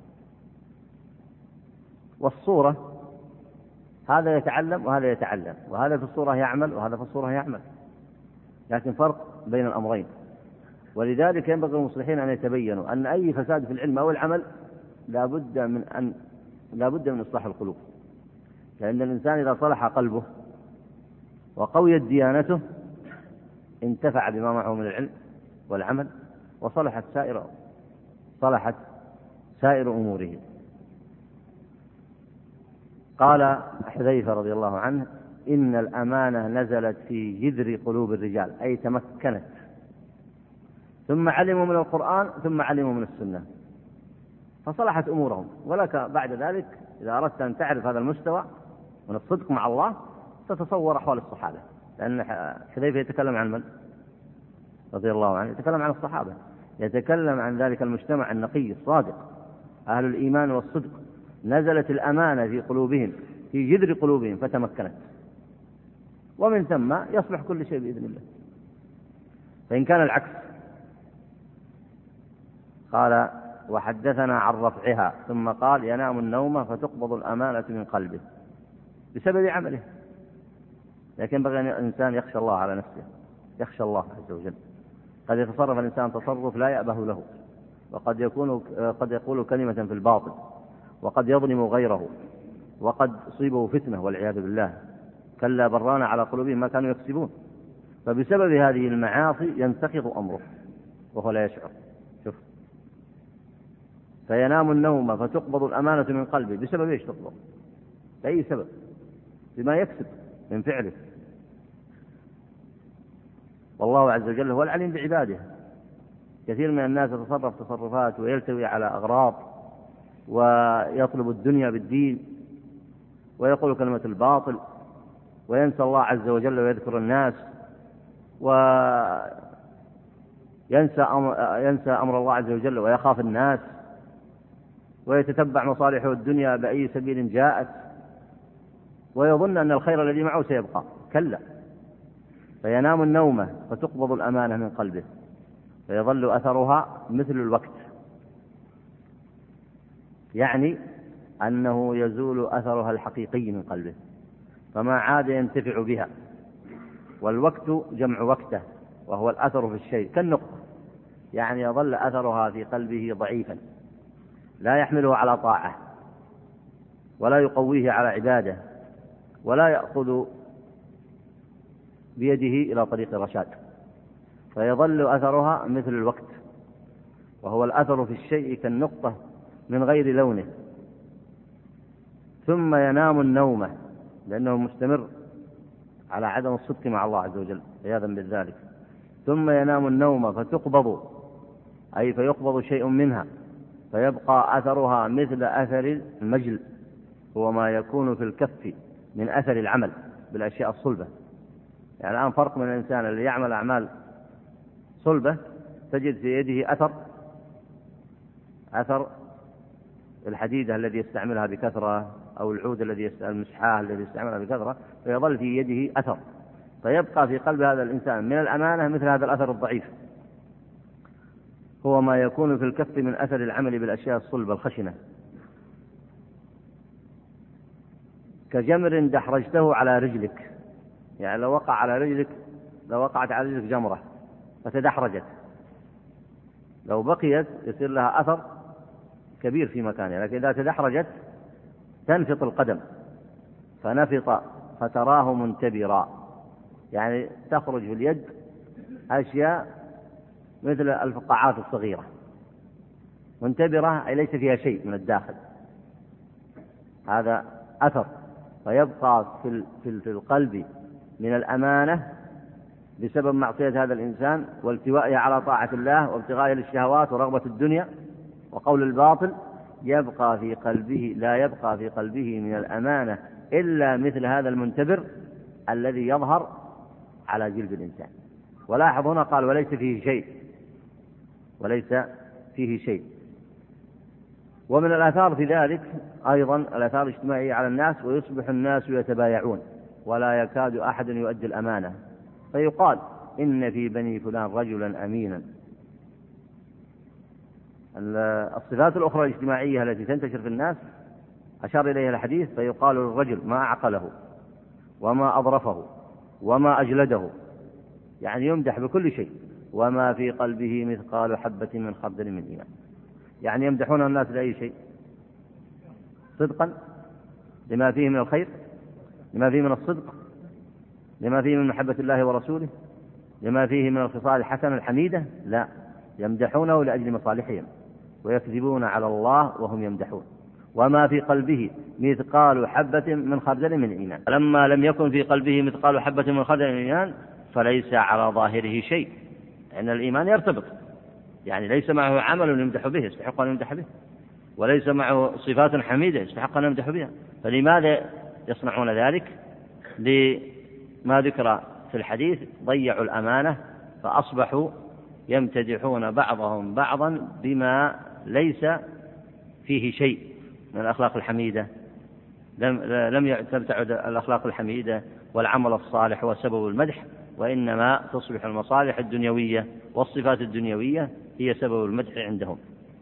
والصورة هذا يتعلم وهذا يتعلم، وهذا في الصورة يعمل وهذا في الصورة يعمل، لكن فرق بين الأمرين. ولذلك ينبغي المصلحين أن يتبينوا أن أي فساد في العلم أو العمل لا بد من أن لا بد من إصلاح القلوب. لأن الإنسان إذا صلح قلبه وقويت ديانته انتفع بما معه من العلم والعمل، وصلحت سائر صلحت سائر أموره. قال حذيفة رضي الله عنه: إن الأمانة نزلت في جذر قلوب الرجال، أي تمكنت، ثم علموا من القرآن ثم علموا من السنة فصلحت أمورهم. ولك بعد ذلك إذا أردت أن تعرف هذا المستوى من الصدق مع الله تتصور أحوال الصحابة، لأن حذيفة يتكلم عن من؟ رضي الله عنه يتكلم عن الصحابة، يتكلم عن ذلك المجتمع النقي الصادق أهل الإيمان والصدق. نزلت الأمانة في قلوبهم في جذر قلوبهم فتمكنت، ومن ثم يصلح كل شيء بإذن الله. فإن كان العكس قال: وحدثنا عن رفعها، ثم قال: ينام النوم فتقبض الأمانة من قلبه بسبب عمله. لكن ينبغي أن الإنسان يخشى الله على نفسه، يخشى الله عز وجل. قد يتصرف الإنسان تصرف لا يأبه له، وقد يكون قد يقول كلمة في الباطل، وقد يظلم غيره، وقد تصيبه فتنة والعياذ بالله. كلا بران على قلوبهم ما كانوا يكسبون. فبسبب هذه المعاصي ينتقض أمره وهو لا يشعر. شوف، فينام النوم فتقبض الأمانة من قلبه بسبب ايش تقبض؟ بأي سبب؟ بما يكسب من فعله. والله عز وجل هو العليم بعباده. كثير من الناس يتصرف تصرفات ويلتوي على أغراض ويطلب الدنيا بالدين ويقول كلمة الباطل وينسى الله عز وجل ويذكر الناس وينسى أمر, ينسى أمر الله عز وجل ويخاف الناس ويتتبع مصالحه الدنيا بأي سبيل جاءت ويظن أن الخير الذي معه سيبقى. كلا، فينام النوم فتقبض الأمانة من قلبه فيظل أثرها مثل الوقت، يعني أنه يزول أثرها الحقيقي من قلبه فما عاد ينتفع بها. والوقت جمع وقته وهو الأثر في الشيء كالنقطة، يعني يظل أثرها في قلبه ضعيفا لا يحمله على طاعة ولا يقويه على عبادة ولا يأخذ بيده إلى طريق الرشاد، فيظل أثرها مثل الوقت وهو الأثر في الشيء كالنقطة من غير لونه. ثم ينام النوم لأنه مستمر على عدم الصدق مع الله عز وجل عياذا بالذلك. ثم ينام النوم فتقبض، أي فيقبض شيء منها فيبقى أثرها مثل أثر المجل، هو ما يكون في الكف من أثر العمل بالأشياء الصلبة. يعني الآن فرق من الإنسان اللي يعمل أعمال صلبة تجد في يده أثر أثر الحديدة الذي يستعملها بكثرة أو العود الذي المسحاه الذي يستعملها بكثرة، فيظل في يده أثر، فيبقى في قلب هذا الإنسان من الأمانة مثل هذا الأثر الضعيف، هو ما يكون في الكف من أثر العمل بالأشياء الصلبة الخشنة، كجمر دحرجته على رجلك. يعني لو وقع على رجلك لو وقعت على رجلك جمرة فتدحرجت، لو بقيت يصير لها أثر كبير في مكانها، لكن إذا تدحرجت تنفط القدم، فنفط فتراه منتبرا، يعني تخرج في اليد أشياء مثل الفقاعات الصغيرة، منتبرة أي ليس فيها شيء من الداخل. هذا أثر، فيبقى في القلب من الأمانة بسبب معصية هذا الإنسان والتوائه على طاعة الله وابتغاء للشهوات ورغبة الدنيا وقول الباطل. يبقى في قلبه لا يبقى في قلبه من الأمانة إلا مثل هذا المنتبر الذي يظهر على جلد الإنسان. ولاحظ هنا قال وليس فيه شيء، وليس فيه شيء. ومن الآثار في ذلك أيضا الآثار الاجتماعية على الناس، ويصبح الناس يتبايعون ولا يكاد أحد يؤدي الأمانة، فيقال إن في بني فلان رجلا أمينا. الصفات الأخرى الاجتماعية التي تنتشر في الناس أشار إليها الحديث، فيقال للرجل ما أعقله وما أظرفه وما أجلده، يعني يمدح بكل شيء، وما في قلبه مثقال حبة من خردل من إيمان. يعني يمدحون الناس لأي شيء؟ صدقا لما فيه من الخير، لما فيه من الصدق، لما فيه من محبة الله ورسوله، لما فيه من الخصال الحسنة الحميدة؟ لا، يمدحونه لأجل مصالحهم، ويكذبون على الله وهم يمدحون. وما في قلبه مثقال حبة من خردل من إيمان. لما لم يكن في قلبه مثقال حبة من خردل من إيمان فليس على ظاهره شيء، لأن الإيمان يرتبط، يعني ليس معه عمل يمدح به يستحق أن يمدح به، وليس معه صفات حميدة يستحق أن يمدح بها. فلماذا يصنعون ذلك؟ لما ذكر في الحديث: ضيعوا الأمانة فأصبحوا يمتدحون بعضهم بعضا بما ليس فيه شيء من الأخلاق الحميدة. لم لم تبتعد الأخلاق الحميدة والعمل الصالح هو سبب المدح، وإنما تصبح المصالح الدنيوية والصفات الدنيوية هي سبب المدح عندهم.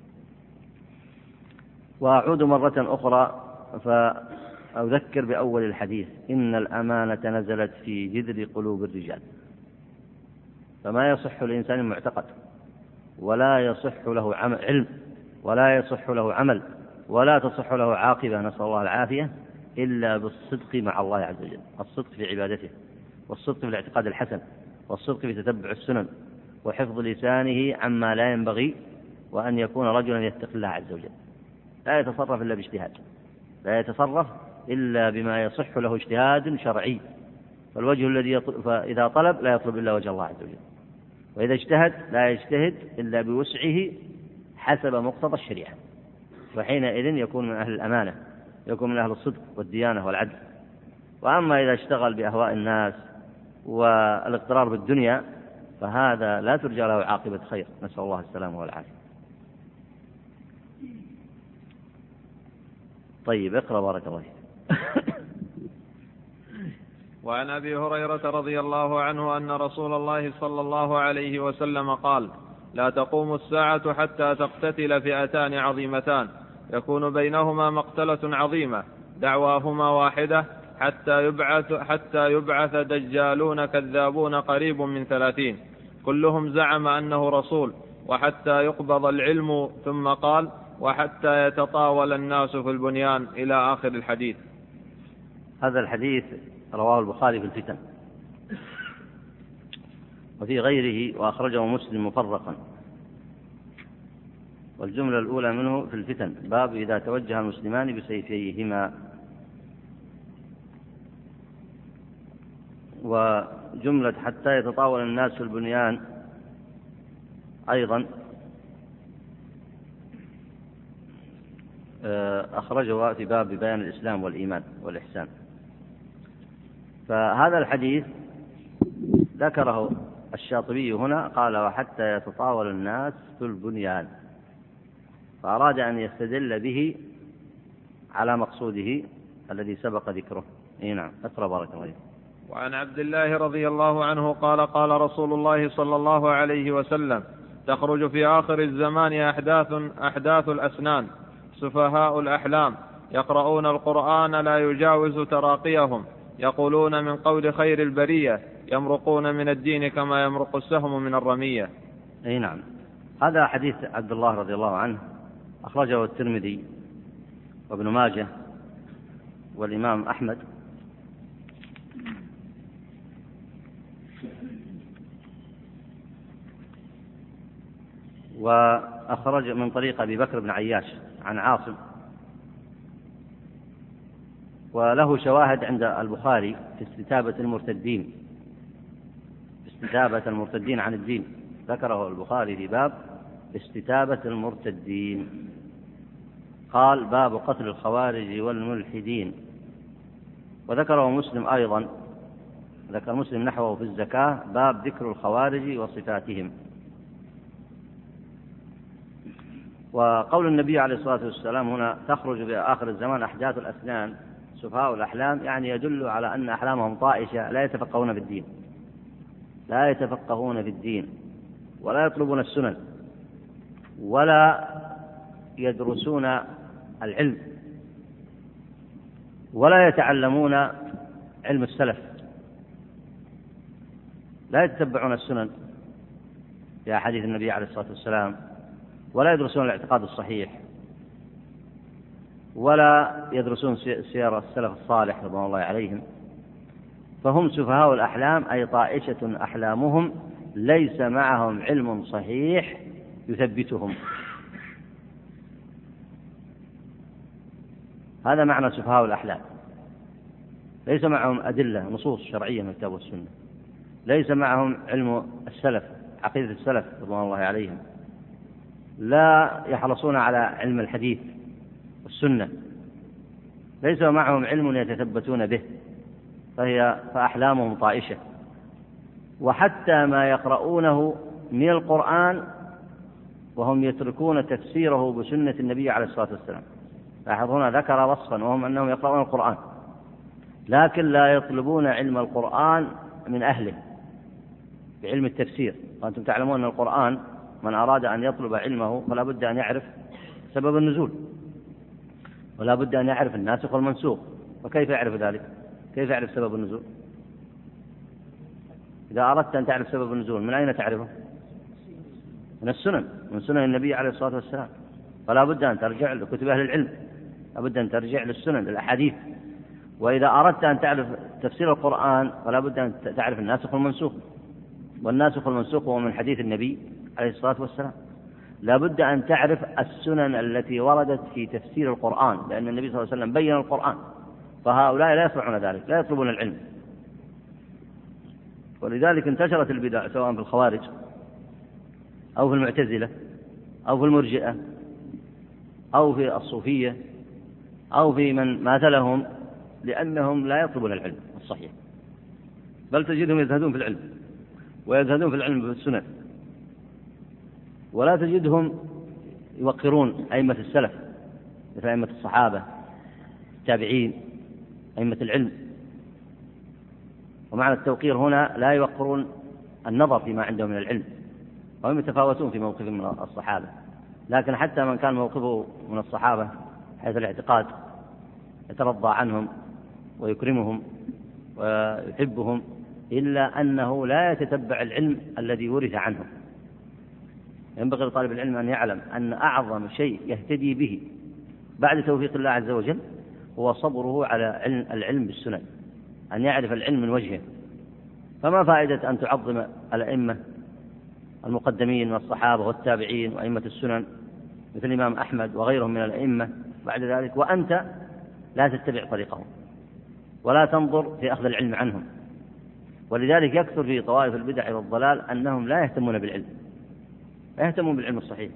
وأعود مرة أخرى فأذكر بأول الحديث: إن الأمانة نزلت في جذر قلوب الرجال. فما يصح لإنسان معتقد، ولا يصح له علم، ولا يصح له عمل، ولا تصح له عاقبة، نسأل الله العافية، إلا بالصدق مع الله عز وجل، الصدق في عبادته، والصدق في الاعتقاد الحسن، والصدق في تتبع السنن، وحفظ لسانه عما لا ينبغي، وأن يكون رجلا يتقي الله عز وجل، لا يتصرف إلا باجتهاد، لا يتصرف إلا بما يصح له اجتهاد شرعي. فالوجه الذي يطلب، فإذا طلب لا يطلب إلا وجه الله عز وجل، وإذا اجتهد لا يجتهد إلا بوسعه حسب مقتضى الشريعة، وحينئذ يكون من أهل الأمانة، يكون من أهل الصدق والديانة والعدل. وأما إذا اشتغل بأهواء الناس والاغترار بالدنيا فهذا لا ترجى له عاقبة خير، نسأل الله السلامة والعافية. طيب، اقرأ بارك الله فيك. وعن أبي هريرة رضي الله عنه أن رسول الله صلى الله عليه وسلم قال: لا تقوم الساعة حتى تقتتل فئتان عظيمتان يكون بينهما مقتلة عظيمة دعواهما واحدة حتى يبعث, حتى يبعث دجالون كذابون قريب من ثلاثين كلهم زعم أنه رسول، وحتى يقبض العلم، ثم قال: وحتى يتطاول الناس في البنيان، إلى آخر الحديث. هذا الحديث رواه البخاري في الفتن، وفي غيره، وأخرجه مسلم مفرقا. والجملة الأولى منه في الفتن، باب إذا توجه المسلمان بسيفيهما. وجملة حتى يتطاول الناس في البنيان أيضا أخرجه في باب بيان الإسلام والإيمان والإحسان. فهذا الحديث ذكره الشاطبي هنا، قال: وحتى يتطاول الناس في البنيان، فأراد أن يستدل به على مقصوده الذي سبق ذكره. إيه نعم، اقرأ بارك الله. وعن عبد الله رضي الله عنه قال: قال رسول الله صلى الله عليه وسلم: تخرج في آخر الزمان أحداث, أحداث الأسنان سفهاء الأحلام يقرؤون القرآن لا يجاوز تراقيهم، يقولون من قول خير البرية، يمرقون من الدين كما يمرق السهم من الرمية. أي نعم، هذا حديث عبد الله رضي الله عنه، أخرجه الترمذي وابن ماجه والإمام أحمد. وأخرج من طريق أبي بكر بن عياش عن عاصم، وله شواهد عند البخاري في استتابة المرتدين، استتابة المرتدين عن الدين، ذكره البخاري في باب استتابة المرتدين، قال: باب قتل الخوارج والملحدين. وذكره مسلم أيضا، ذكر مسلم نحوه في الزكاة، باب ذكر الخوارج وصفاتهم. وقول النبي عليه الصلاة والسلام هنا: تخرج في آخر الزمان أحداث الأسنان سفهاء الأحلام، يعني يدل على أن أحلامهم طائشة، لا يتفقهون في الدين، لا يتفقهون في الدين، ولا يطلبون السنن، ولا يدرسون العلم، ولا يتعلمون علم السلف، لا يتبعون السنن في أحاديث النبي عليه الصلاة والسلام، ولا يدرسون الاعتقاد الصحيح، ولا يدرسون سير السلف الصالح رضوان الله عليهم، فهم سفهاء الأحلام، أي طائشة أحلامهم ليس معهم علم صحيح يثبتهم. هذا معنى سفهاء الأحلام، ليس معهم أدلة نصوص شرعية من الكتاب والسنة، ليس معهم علم السلف، عقيدة السلف رضوان الله عليهم، لا يحرصون على علم الحديث والسنة، ليس معهم علم يتثبتون به، فهي فأحلامهم طائشة. وحتى ما يقرؤونه من القرآن وهم يتركون تفسيره بسنة النبي عليه الصلاة والسلام. لاحظون ذكر وصفا وهم أنهم يقرؤون القرآن، لكن لا يطلبون علم القرآن من أهله بعلم التفسير. وأنتم تعلمون أن القرآن من أراد أن يطلب علمه فلا بد أن يعرف سبب النزول، ولا بد أن يعرف الناسخ والمنسوخ. وكيف يعرف ذلك؟ كيف يعرف سبب النزول؟ إذا أردت أن تعرف سبب النزول من أين تعرفه؟ من السنن، من سنن النبي عليه الصلاة والسلام. فلا بد أن ترجع لكتب أهل العلم، لا بد أن ترجع للسنن للأحاديث. وإذا أردت أن تعرف تفسير القرآن فلا بد أن تعرف الناسخ والمنسوخ، والناسخ والمنسوخ هو من حديث النبي عليه الصلاة والسلام. لا بد أن تعرف السنن التي وردت في تفسير القرآن، لأن النبي صلى الله عليه وسلم بين القرآن، فهؤلاء لا يصنعون ذلك، لا يطلبون العلم. ولذلك انتشرت البدع سواء في الخوارج أو في المعتزلة أو في المرجئة أو في الصوفية أو في من ماثلهم، لأنهم لا يطلبون العلم الصحيح، بل تجدهم يزهدون في العلم ويزهدون في العلم بالسنن، ولا تجدهم يوقرون أئمة السلف مثل أئمة الصحابة التابعين أئمة العلم. ومعنى التوقير هنا لا يوقرون النظر فيما عندهم من العلم، وهم يتفاوتون في موقفهم من الصحابة، لكن حتى من كان موقفه من الصحابة حيث الاعتقاد يترضى عنهم ويكرمهم ويحبهم، إلا أنه لا يتتبع العلم الذي ورث عنهم. ينبغي لطالب العلم أن يعلم أن أعظم شيء يهتدي به بعد توفيق الله عز وجل هو صبره على علم العلم بالسنن، أن يعرف العلم من وجهه. فما فائدة أن تعظم الأئمة المقدمين من الصحابة والتابعين وأئمة السنن مثل الإمام أحمد وغيرهم من الأئمة بعد ذلك وأنت لا تتبع طريقهم ولا تنظر في أخذ العلم عنهم. ولذلك يكثر في طوائف البدع والضلال أنهم لا يهتمون بالعلم، لا يهتمون بالعلم الصحيح.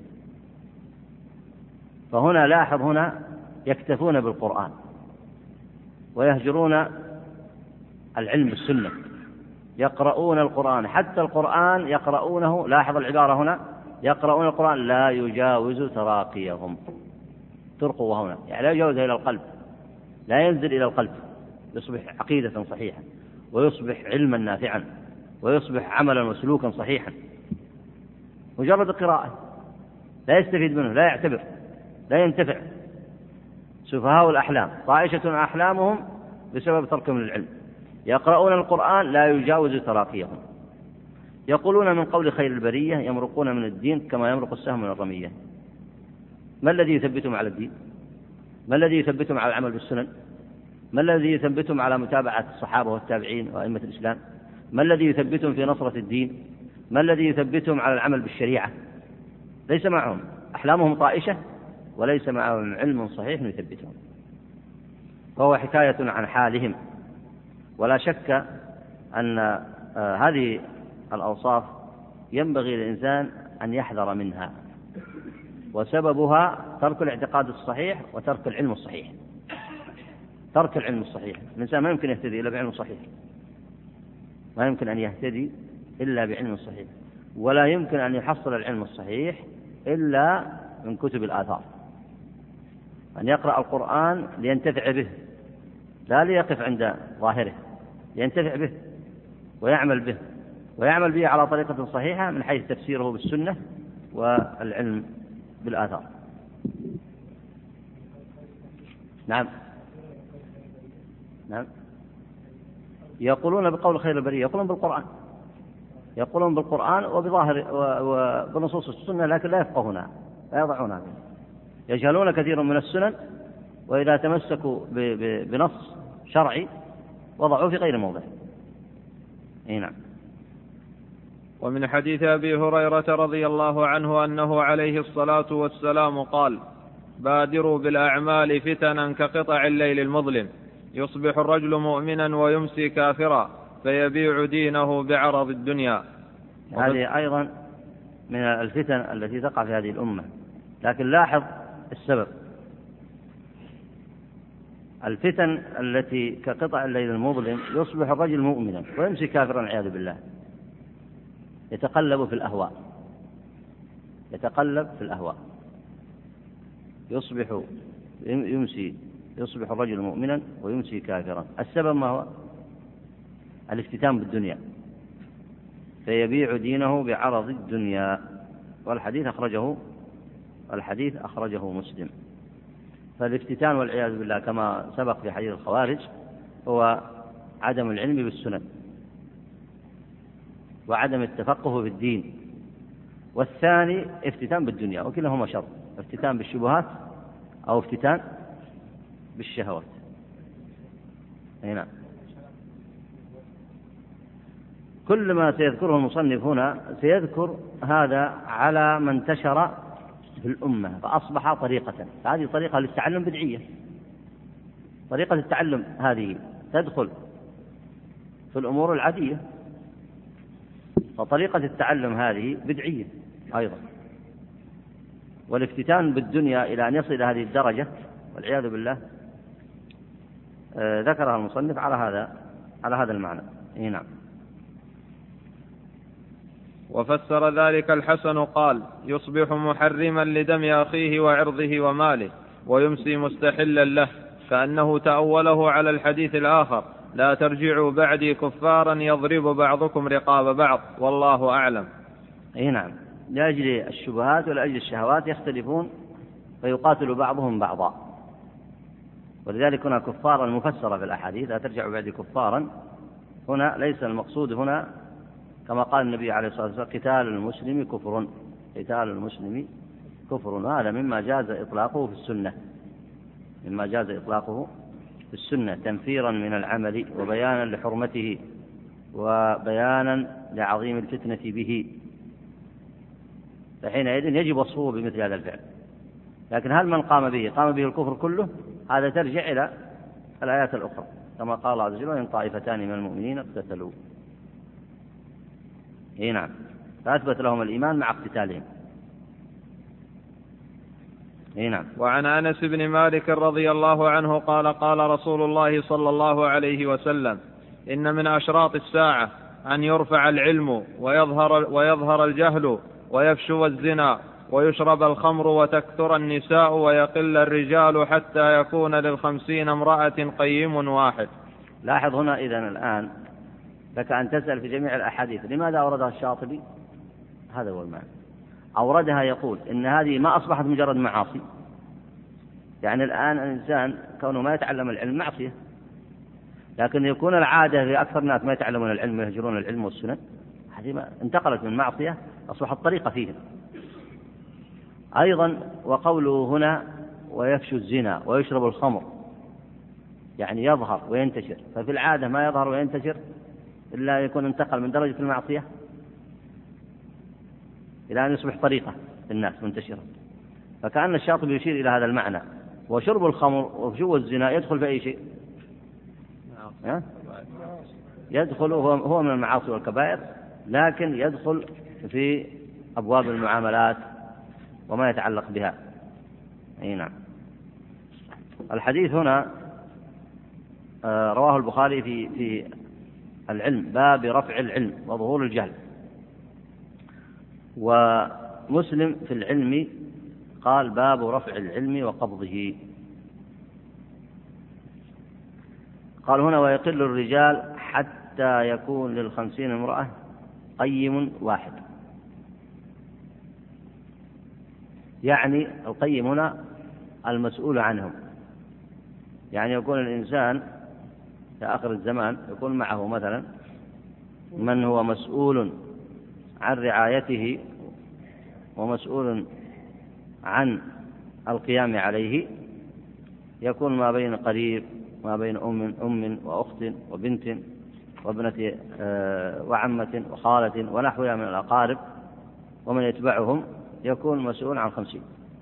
فهنا لاحظ، هنا يكتفون بالقرآن ويهجرون العلم بالسنة، يقرؤون القرآن، حتى القرآن يقرؤونه، لاحظ العبارة هنا، يقرؤون القرآن لا يجاوز تراقيهم، ترقوا هنا يعني لا يجاوز إلى القلب، لا ينزل إلى القلب، يصبح عقيدة صحيحة ويصبح علما نافعا ويصبح عملا وسلوكا صحيحا. مجرد قراءة لا يستفيد منه، لا يعتبر، لا ينتفع. سفهاء الأحلام طائشة أحلامهم بسبب تركهم للعلم، يقرؤون القرآن لا يجاوز تراقيهم، يقولون من قول خير البرية يمرقون من الدين كما يمرق السهم من الرمية. ما الذي يثبتهم على الدين؟ ما الذي يثبتهم على العمل بالسنن؟ ما الذي يثبتهم على متابعة الصحابة والتابعين وأئمة الإسلام؟ ما الذي يثبتهم في نصرة الدين؟ ما الذي يثبتهم على العمل بالشريعة؟ ليس معهم، أحلامهم طائشة وليس معهم علم صحيح يثبتهم. فهو حكاية عن حالهم. ولا شك أن آه هذه الأوصاف ينبغي للإنسان أن يحذر منها، وسببها ترك الاعتقاد الصحيح وترك العلم الصحيح. ترك العلم الصحيح، الإنسان ما يمكن يهتدي إلا بعلم صحيح، ما يمكن أن يهتدي إلا بعلم صحيح، ولا يمكن أن يحصل العلم الصحيح إلا من كتب الآثار. أن يقرأ القرآن لينتفع به، لا ليقف عند ظاهره، لينتفع به ويعمل به، ويعمل به على طريقة صحيحة من حيث تفسيره بالسنة والعلم بالآثار. نعم نعم يقولون بقول خير البرية، يقولون بالقرآن، يقولون بالقرآن وبظاهر وبنصوص السنة، لكن لا يفقهونها، لا يضعونها، يجهلون كثير من السنن، وإذا تمسكوا بنص شرعي وضعوه في غير موضع، أي نعم. ومن حديث أبي هريرة رضي الله عنه أنه عليه الصلاة والسلام قال: بادروا بالأعمال فتنا كقطع الليل المظلم، يصبح الرجل مؤمنا ويمسي كافرا، فيبيع دينه بعرض الدنيا. هذه أيضا من الفتن التي تقع في هذه الأمة، لكن لاحظ السبب. الفتن التي كقطع الليل المظلم يصبح الرجل مؤمنا ويمسي كافرا والعياذ بالله، يتقلب في الأهواء يتقلب في الأهواء يصبح يمسي يصبح الرجل مؤمنا ويمسي كافرا. السبب ما هو؟ الافتتان بالدنيا، فيبيع دينه بعرض الدنيا. والحديث أخرجه الحديث أخرجه مسلم. فالافتتان والعياذ بالله كما سبق في حديث الخوارج هو عدم العلم بالسنن وعدم التفقه في الدين، والثاني افتتان بالدنيا، وكلاهما شر، افتتان بالشبهات أو افتتان بالشهوات. هنا كل ما سيذكره المصنف هنا سيذكر هذا على ما انتشر في الأمة فأصبح طريقة. هذه طريقة للتعلم بدعية. طريقة التعلم هذه تدخل في الأمور العادية، فطريقة التعلم هذه بدعية أيضا. والافتتان بالدنيا إلى أن يصل إلى هذه الدرجة والعياذ بالله ذكرها المصنف على هذا على هذا المعنى. نعم. وفسر ذلك الحسن قال: يصبح محرما لدم أخيه وعرضه وماله، ويمسي مستحلا له، كأنه تأوله على الحديث الآخر: لا ترجعوا بعدي كفارا يضرب بعضكم رقاب بعض، والله أعلم. أي نعم. لأجل الشبهات ولأجل الشهوات يختلفون فيقاتل بعضهم بعضا، ولذلك هنا كفارا مفسرة في الأحاديث: لا ترجعوا بعدي كفارا. هنا ليس المقصود هنا كما قال النبي عليه الصلاة والسلام: قتال المسلم كفر، قتال المسلم كفر. وهذا مما جاز إطلاقه في السنة مما جاز إطلاقه في السنة تنفيرا من العمل وبيانا لحرمته وبيانا لعظيم الفتنة به، فحينئذ يجب وصفه بمثل هذا الفعل. لكن هل من قام به قام به الكفر كله؟ هذا ترجع إلى الآيات الأخرى كما قال الله عز وجل: إن طائفتان من المؤمنين اقتتلوا. اي نعم. فأثبت لهم الإيمان مع اقتتالهم. اي نعم. وعن أنس بن مالك رضي الله عنه قال: قال رسول الله صلى الله عليه وسلم: إن من أشراط الساعة أن يرفع العلم ويظهر, ويظهر الجهل ويفشو الزنا ويشرب الخمر وتكثر النساء ويقل الرجال حتى يكون للخمسين امرأة قيم واحد. لاحظ هنا إذن الآن لك أن تسأل في جميع الأحاديث لماذا أوردها الشاطبي؟ هذا هو المعنى. أوردها يقول إن هذه ما أصبحت مجرد معاصي، يعني الآن الإنسان كونه ما يتعلم العلم معصية، لكن يكون العادة في أكثر الناس ما يتعلمون العلم ويهجرون العلم والسنن، هذه انتقلت من معصية أصبحت طريقة فيهم. أيضا وقوله هنا: ويفشو الزنا ويشرب الخمر، يعني يظهر وينتشر، ففي العادة ما يظهر وينتشر إلا يكون انتقل من درجة المعصية إلى أن يصبح طريقة في الناس منتشرة. فكأن الشاطبي يشير إلى هذا المعنى. وشرب الخمر وفشو الزنا يدخل في أي شيء؟ يدخل هو من المعاصي والكبائر، لكن يدخل في أبواب المعاملات وما يتعلق بها. أي نعم. الحديث هنا رواه البخاري في في العلم، باب رفع العلم وظهور الجهل، ومسلم في العلم قال: باب رفع العلم وقبضه. قال هنا: ويقل الرجال حتى يكون للخمسين امرأة قيم واحد. يعني القيم هنا المسؤول عنهم، يعني يكون الإنسان في آخر الزمان يكون معه مثلا من هو مسؤول عن رعايته ومسؤول عن القيام عليه، يكون ما بين قريب ما بين أم أم وأخت وبنت وابنة وعمة وخالة ونحوها من الأقارب ومن يتبعهم يكون مسؤول عن خمسين.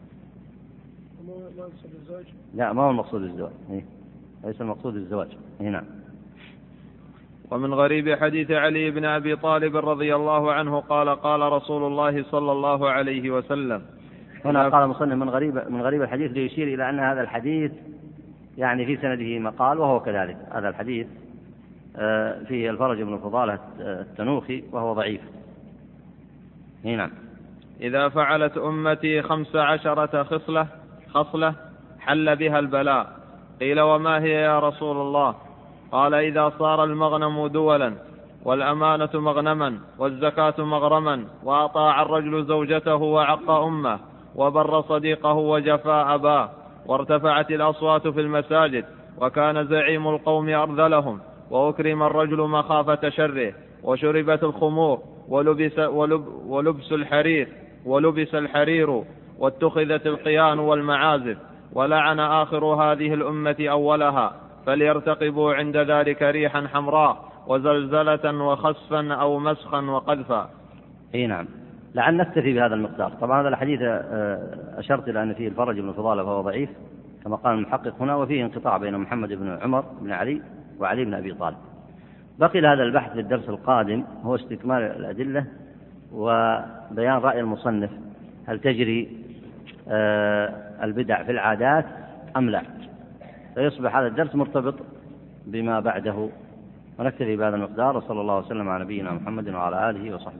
لا، ما هو المقصود الزواج، ليس المقصود الزواج هنا. ومن غريب حديث علي بن أبي طالب رضي الله عنه قال قال رسول الله صلى الله عليه وسلم. هنا قال المصنف من غريب من غريب الحديث ليشير إلى أن هذا الحديث يعني في سنده مقال، وهو كذلك. هذا الحديث فيه الفرج بن فضالة التنوخي وهو ضعيف. هنا إذا فعلت أمتي خمس عشرة خصلة خصلة حل بها البلاء. قيل وما هي يا رسول الله؟ قال إذا صار المغنم دولا والأمانة مغنما والزكاة مغرما وأطاع الرجل زوجته وعق أمه وبر صديقه وجفاء أباه وارتفعت الأصوات في المساجد وكان زعيم القوم أرذلهم وأكرم الرجل مخافة شره وشربت الخمور ولبس, ولب ولبس الحرير ولبس الحرير واتخذت القيان والمعازف ولعن آخر هذه الأمة أولها فليرتقبوا عند ذلك ريحا حمراء وزلزلة وخسفا أو مسخا وقذفا. اي نعم. لعل نكتفي بهذا المقدار. طبعا هذا الحديث أشرت إلى أن فيه الفرج بن فضالة فهو ضعيف كما قال المحقق هنا، وفيه انقطاع بين محمد بن عمر بن علي وعلي بن أبي طالب. بقي هذا البحث للدرس القادم هو استكمال الأدلة وبيان رأي المصنف هل تجري البدع في العادات أم لا، فيصبح هذا الدرس مرتبط بما بعده. ونكتفي بهذا المقدار، وصلى الله وسلم على نبينا محمد وعلى آله وصحبه.